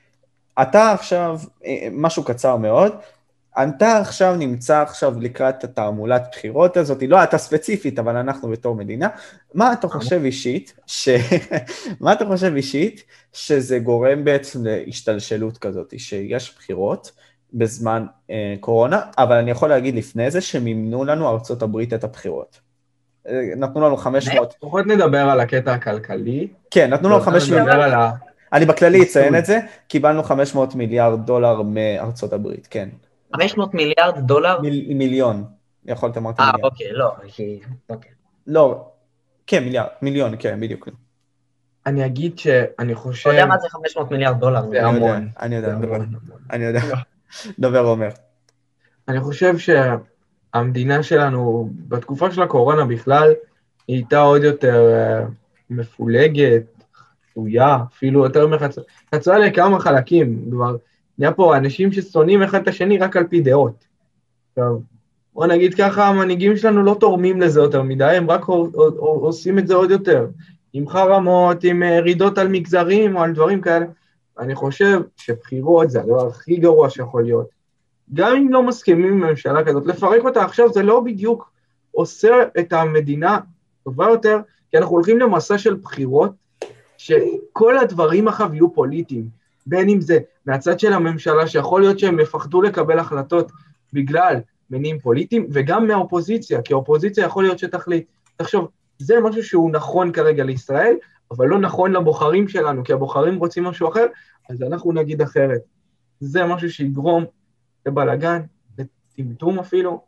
אתה עכשיו, משהו קצר מאוד, אתה עכשיו נמצא עכשיו לקראת התעמולת בחירות הזאת, לא אתה ספציפית, אבל אנחנו בתור מדינה, מה אתה חושב אישית, ש... מה אתה חושב אישית, שזה גורם בעצם להשתלשלות כזאת, שיש בחירות בזמן אה, קורונה, אבל אני יכול להגיד לפני זה, שמימנו לנו ארצות הברית את הבחירות. נתנו לנו חמש מאות... פחות נדבר על הקטע הכלכלי. כן, נתנו לנו חמש מאות... אני בכללי אציין את זה, קיבלנו חמש מאות מיליארד דולר מארצות הברית, כן. חמש מאות מיליארד דולר? מיליון. יכולת אמרתי אה, מיליארד. אוקיי, לא, אוקיי. לא, כן, מיליארד, מיליון, כן, בדיוק. אני אגיד שאני חושב... אתה יודע מה זה חמש מאות מיליארד דולר? זה המון. אני יודע, זה המון. אני יודע. דובר אומר. אני חושב שהמדינה שלנו, בתקופה של הקורונה בכלל, היא הייתה עוד יותר uh, מפולגת, חצויה, אפילו יותר מחצויה, חצויה לכמה חלקים, כבר נהיה פה אנשים ששונאים אחד את השני רק על פי דעות. עכשיו, בוא נגיד ככה, המנהיגים שלנו לא תורמים לזה יותר מדי, הם רק עושים את זה עוד יותר, עם חרמות, עם רידות על מגזרים או על דברים כאלה. אני חושב שבחירות זה הדבר הכי גרוע שיכול להיות. גם אם לא מסכימים עם ממשלה כזאת, לפרק אותה עכשיו זה לא בדיוק עושה את המדינה טובה יותר, כי אנחנו הולכים למסע של בחירות, שכל הדברים אחריו יהיו פוליטיים, בין אם זה מהצד של הממשלה, שיכול להיות שהם מפחדו לקבל החלטות בגלל מניעים פוליטיים, וגם מהאופוזיציה, כי האופוזיציה יכול להיות שתחליט. תחשוב, זה משהו שהוא נכון כרגע לישראל, אבל לא נכון לבוחרים שלנו, כי הבוחרים רוצים משהו אחר, אז אנחנו נגיד אחרת. זה משהו שיגרום לבלגן, לטמטום אפילו.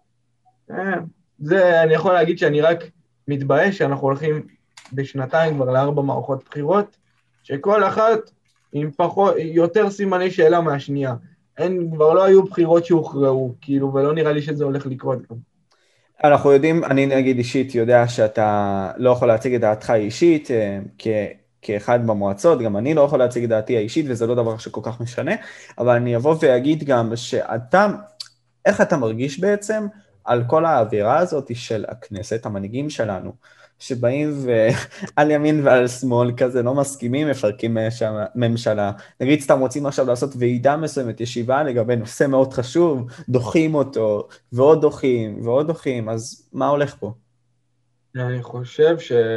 זה, אני יכול להגיד שאני רק מתבאס שאנחנו הולכים בשנתיים כבר לארבע מערכות בחירות, שכל אחת עם פחות, יותר סימני שאלה מהשנייה. אין, כבר לא היו בחירות שהוכרעו, כאילו, ולא נראה לי שזה הולך לקרות גם. אנחנו יודעים, אני נגיד אישית יודע שאתה לא יכול להציג את דעתך אישית, כ... כאחד במועצות, גם אני לא יכול להציג את דעתי האישית, וזה לא דבר שכל כך משנה, אבל אני אבוא ואגיד גם שאתה, איך אתה מרגיש בעצם על כל האווירה הזאת של הכנסת, המנהיגים שלנו, שבאים ועל ימין ועל שמאל כזה לא מסכימים, מפרקים ממשלה. נגיד סתם רוצים עכשיו לעשות ועידה מסוימת, ישיבה לגבי נושא מאוד חשוב, דוחים אותו, ועוד דוחים, ועוד דוחים, אז מה הולך פה? אני חושב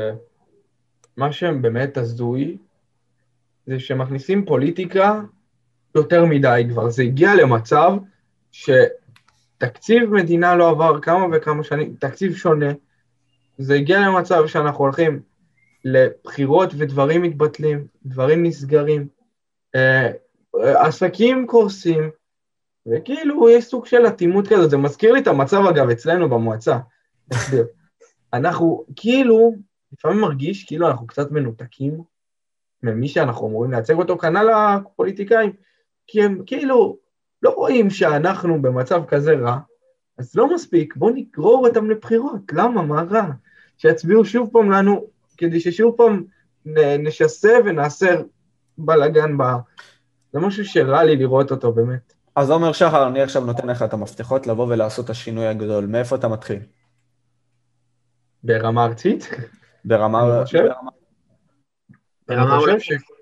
שמה שהם באמת הזוי, זה שמכניסים פוליטיקה יותר מדי כבר. זה הגיע למצב שתקציב מדינה לא עבר כמה וכמה שנים, תקציב שונה, זה הגיע למצב שאנחנו הולכים לבחירות ודברים מתבטלים, דברים נסגרים, עסקים קורסים, וכאילו יש סוג של אטימות כזאת. זה מזכיר לי את המצב אגב אצלנו במועצה. נסביר. אנחנו כאילו, לפעמים מרגיש כאילו אנחנו קצת מנותקים ממי שאנחנו אמורים לייצג אותו, כנ"ל הפוליטיקאים, כי הם כאילו לא רואים שאנחנו במצב כזה רע, אז לא מספיק, בואו נגרור אותם לבחירות. למה? מה רע? שיצביעו שוב פעם לנו, כדי ששוב פעם נשסה ונעשה בלגן בה. זה משהו שרע לי לראות אותו באמת. אז אומר שחר, אני עכשיו נותן לך את המפתחות לבוא ולעשות את השינוי הגדול. מאיפה אתה מתחיל? ברמה ארצית? ברמה... אני חושב... ברמה עולמית.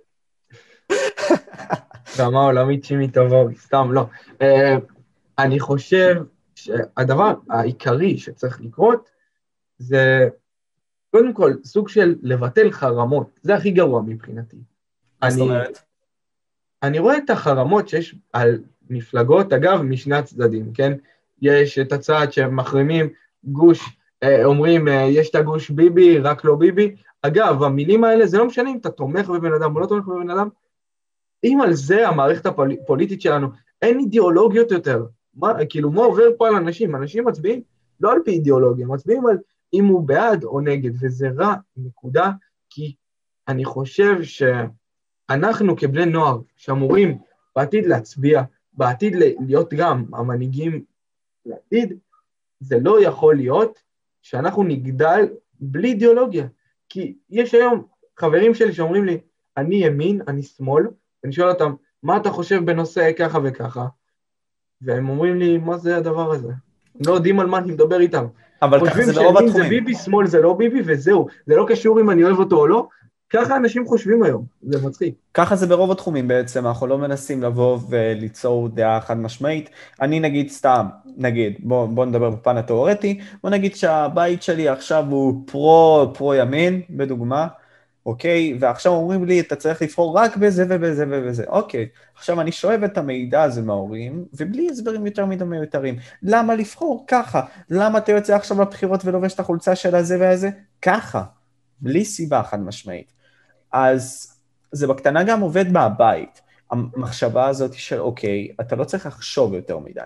ברמה עולמית שימי טובו, סתם לא. אני חושב שהדבר העיקרי שצריך לקרות, זה קודם כל סוג של לבטל חרמות. זה הכי גרוע מבחינתי. מה זאת אומרת? אני רואה את החרמות שיש על מפלגות, אגב, משני הצדדים, כן? יש את הצד שמחרימים גוש, אומרים, יש את הגוש ביבי, רק לא ביבי. אגב, המילים האלה, זה לא משנה אם אתה תומך בבן אדם או לא תומך בבן אדם, אם על זה המערכת הפוליטית שלנו, אין אידיאולוגיות יותר. מה, כאילו, מה עובר פה על אנשים? אנשים מצביעים לא על פי אידיאולוגיה, מצביעים על אם הוא בעד או נגד, וזה רע, נקודה, כי אני חושב שאנחנו כבני נוער, שאמורים בעתיד להצביע, בעתיד להיות גם המנהיגים לעתיד, זה לא יכול להיות שאנחנו נגדל בלי אידיאולוגיה. כי יש היום חברים שלי שאומרים לי, אני ימין, אני שמאל, ואני שואל אותם, מה אתה חושב בנושא ככה וככה? והם אומרים לי, מה זה הדבר הזה? הם לא יודעים על מה אני מדבר איתם. אבל ככה זה ברוב התחומים. זה ביבי, שמאל זה לא ביבי, וזהו. זה לא קשור אם אני אוהב אותו או לא. ככה אנשים חושבים היום, זה מצחיק. ככה זה ברוב התחומים בעצם, אנחנו לא מנסים לבוא וליצור דעה חד משמעית. אני נגיד סתם, נגיד, בוא, בוא נדבר בפן התיאורטי, בוא נגיד שהבית שלי עכשיו הוא פרו, פרו ימין, בדוגמה, אוקיי? ועכשיו אומרים לי, אתה צריך לבחור רק בזה ובזה ובזה, אוקיי. עכשיו אני שואב את המידע הזה מההורים, ובלי הסברים יותר מדי מיותרים. למה לבחור? ככה. למה אתה יוצא עכשיו לבחירות ולובש את החולצה של הזה והזה? ככה. בלי סיבה חד משמעית. אז זה בקטנה גם עובד מהבית. המחשבה הזאת של אוקיי, אתה לא צריך לחשוב יותר מדי.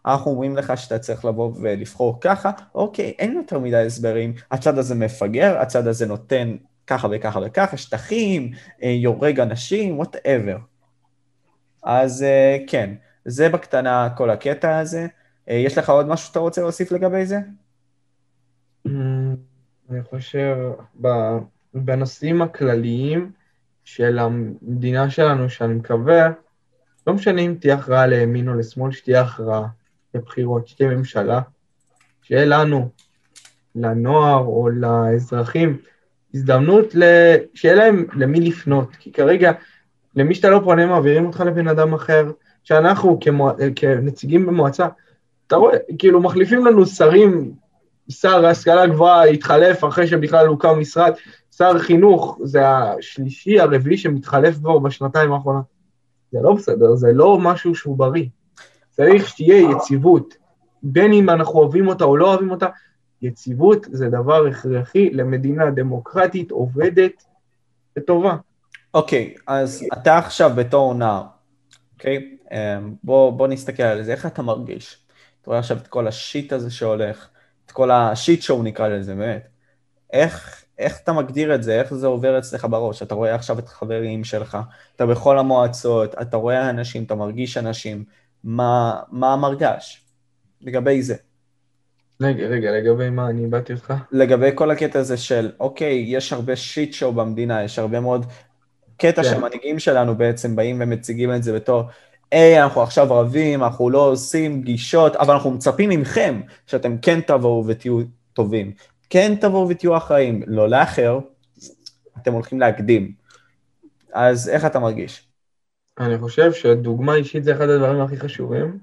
אנחנו אומרים לך שאתה צריך לבוא ולבחור ככה, אוקיי, אין יותר מדי הסברים, הצד הזה מפגר, הצד הזה נותן ככה וככה וככה, שטחים, יורג אנשים, whatever. אז כן, זה בקטנה כל הקטע הזה. יש לך עוד משהו שאתה רוצה להוסיף לגבי זה? אני חושב, בנושאים הכלליים של המדינה שלנו, שאני מקווה, לא משנה אם תהיה הכרעה לימין או לשמאל, שתהיה הכרעה לבחירות, שתהיה ממשלה, שיהיה לנו, לנוער או לאזרחים, הזדמנות שיהיה להם למי לפנות, כי כרגע, למי שאתה לא פונה, מעבירים אותך לבן אדם אחר, שאנחנו כמו, כנציגים במועצה, אתה רואה, כאילו מחליפים לנו שרים, שר ההשכלה הגבוהה התחלף אחרי שבכלל הוקם משרד, שר חינוך זה השלישי, הרביעי שמתחלף כבר בשנתיים האחרונות. זה לא בסדר, זה לא משהו שהוא בריא. צריך שתהיה יציבות, בין אם אנחנו אוהבים אותה או לא אוהבים אותה, יציבות זה דבר הכרחי למדינה דמוקרטית, עובדת וטובה. אוקיי, אז אתה עכשיו בתור נער, אוקיי? בוא, בוא נסתכל על זה, איך אתה מרגיש? אתה רואה עכשיו את כל השיט הזה שהולך, את כל השיט שואו נקרא לזה, באמת. איך, איך אתה מגדיר את זה? איך זה עובר אצלך בראש? אתה רואה עכשיו את החברים שלך, אתה בכל המועצות, אתה רואה אנשים, אתה מרגיש אנשים, מה, מה המרגש לגבי זה? רגע, רגע, לגבי מה? אני באתי אותך? לגבי כל הקטע הזה של, אוקיי, יש הרבה שיט שואו במדינה, יש הרבה מאוד קטע שהמנהיגים שלנו בעצם באים ומציגים את זה בתור, היי, אנחנו עכשיו רבים, אנחנו לא עושים גישות, אבל אנחנו מצפים ממכם שאתם כן תבואו ותהיו טובים. כן תבואו ותהיו אחראים, לא לאחר, אתם הולכים להקדים. אז איך אתה מרגיש? אני חושב שדוגמה אישית זה אחד הדברים הכי חשובים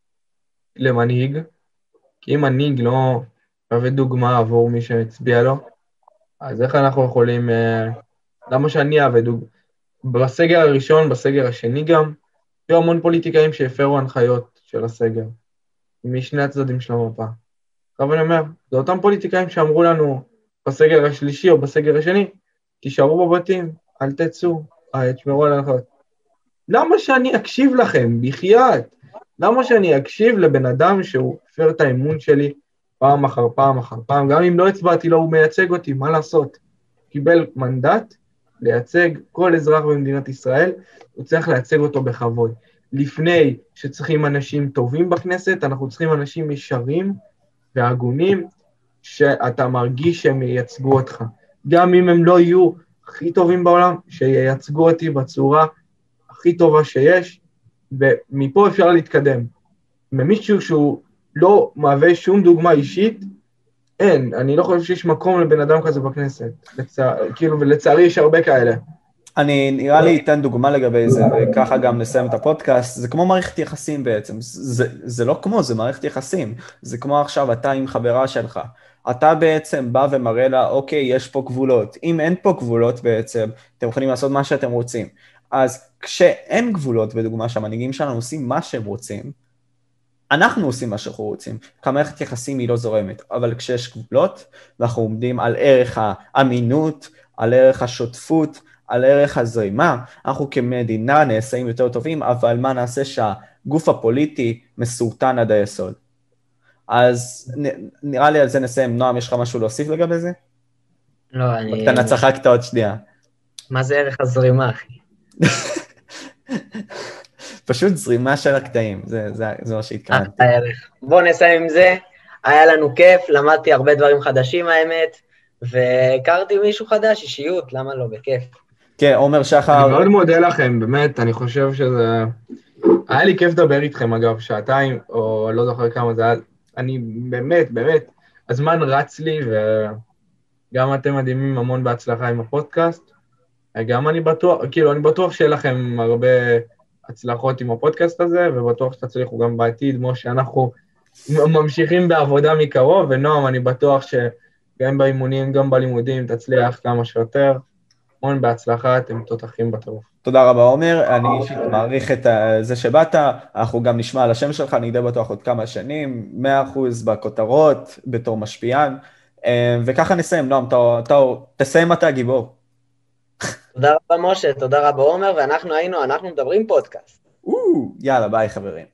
למנהיג, כי אם מנהיג לא מביא דוגמה עבור מי שהצביע לו, אז איך אנחנו יכולים, למה שאני אהווה דוגמה? בסגר הראשון, בסגר השני גם, היו המון פוליטיקאים שהפרו הנחיות של הסגר, משני הצדדים של המפה. אבל אני אומר, זה אותם פוליטיקאים שאמרו לנו בסגר השלישי או בסגר השני, תישארו בבתים, אל תצאו, תשמרו על ההנחיות. למה שאני אקשיב לכם, בחייאת? למה שאני אקשיב לבן אדם שהוא הפר את האמון שלי פעם אחר פעם אחר פעם, גם אם לא הצבעתי לו, הוא מייצג אותי, מה לעשות? קיבל מנדט לייצג כל אזרח במדינת ישראל, הוא צריך לייצג אותו בכבוד. לפני שצריכים אנשים טובים בכנסת, אנחנו צריכים אנשים ישרים והגונים, שאתה מרגיש שהם ייצגו אותך. גם אם הם לא יהיו הכי טובים בעולם, שייצגו אותי בצורה הכי טובה שיש, ומפה אפשר להתקדם. ממישהו שהוא לא מהווה שום דוגמה אישית, אין, אני לא חושב שיש מקום לבן אדם כזה בכנסת, לצע... כאילו, ולצערי יש הרבה כאלה. אני נראה לי אתן דוגמה לגבי זה, וככה גם נסיים את הפודקאסט, זה כמו מערכת יחסים בעצם, זה, זה לא כמו, זה מערכת יחסים, זה כמו עכשיו אתה עם חברה שלך, אתה בעצם בא ומראה לה, אוקיי, יש פה גבולות, אם אין פה גבולות בעצם, אתם יכולים לעשות מה שאתם רוצים, אז כשאין גבולות, בדוגמה שהמנהיגים שלנו עושים מה שהם רוצים, אנחנו עושים מה שאנחנו רוצים, כמערכת יחסים היא לא זורמת, אבל כשיש גבולות, ואנחנו עומדים על ערך האמינות, על ערך השותפות, על ערך הזרימה, אנחנו כמדינה נעשים יותר טובים, אבל מה נעשה שהגוף הפוליטי מסורטן עד היסוד. אז נראה לי על זה נסיים. נועם, יש לך משהו להוסיף לגבי זה? לא, אני... בקטנה צחקת עוד שנייה. מה זה ערך הזרימה, אחי? פשוט זרימה של הקטעים, זה, זה, זה מה שהתכוונתי. בוא נסיים עם זה, היה לנו כיף, למדתי הרבה דברים חדשים האמת, והכרתי מישהו חדש, אישיות, למה לא, בכיף. כן, עומר שחר... אני מאוד מודה לכם, באמת, אני חושב שזה... היה לי כיף לדבר איתכם, אגב, שעתיים, או לא זוכר כמה זה היה, אני באמת, באמת, הזמן רץ לי, וגם אתם מדהימים המון בהצלחה עם הפודקאסט, גם אני בטוח, כאילו, אני בטוח שיהיה לכם הרבה הצלחות עם הפודקאסט הזה, ובטוח שתצליחו גם בעתיד, כמו שאנחנו ממשיכים בעבודה מקרוב, ונועם, אני בטוח שגם באימונים, גם בלימודים, תצליח כמה שיותר, המון בהצלחה, אתם תותחים בטירוף. תודה רבה עומר, אני אישית מעריך את זה שבאת, אנחנו גם נשמע על השם שלך, אני די בטוח עוד כמה שנים, מאה אחוז בכותרות, בתור משפיען, וככה נסיים, נועם, תסיים אתה גיבור. תודה רבה משה, תודה רבה עומר, ואנחנו היינו, אנחנו מדברים פודקאסט. יאללה, ביי חברים.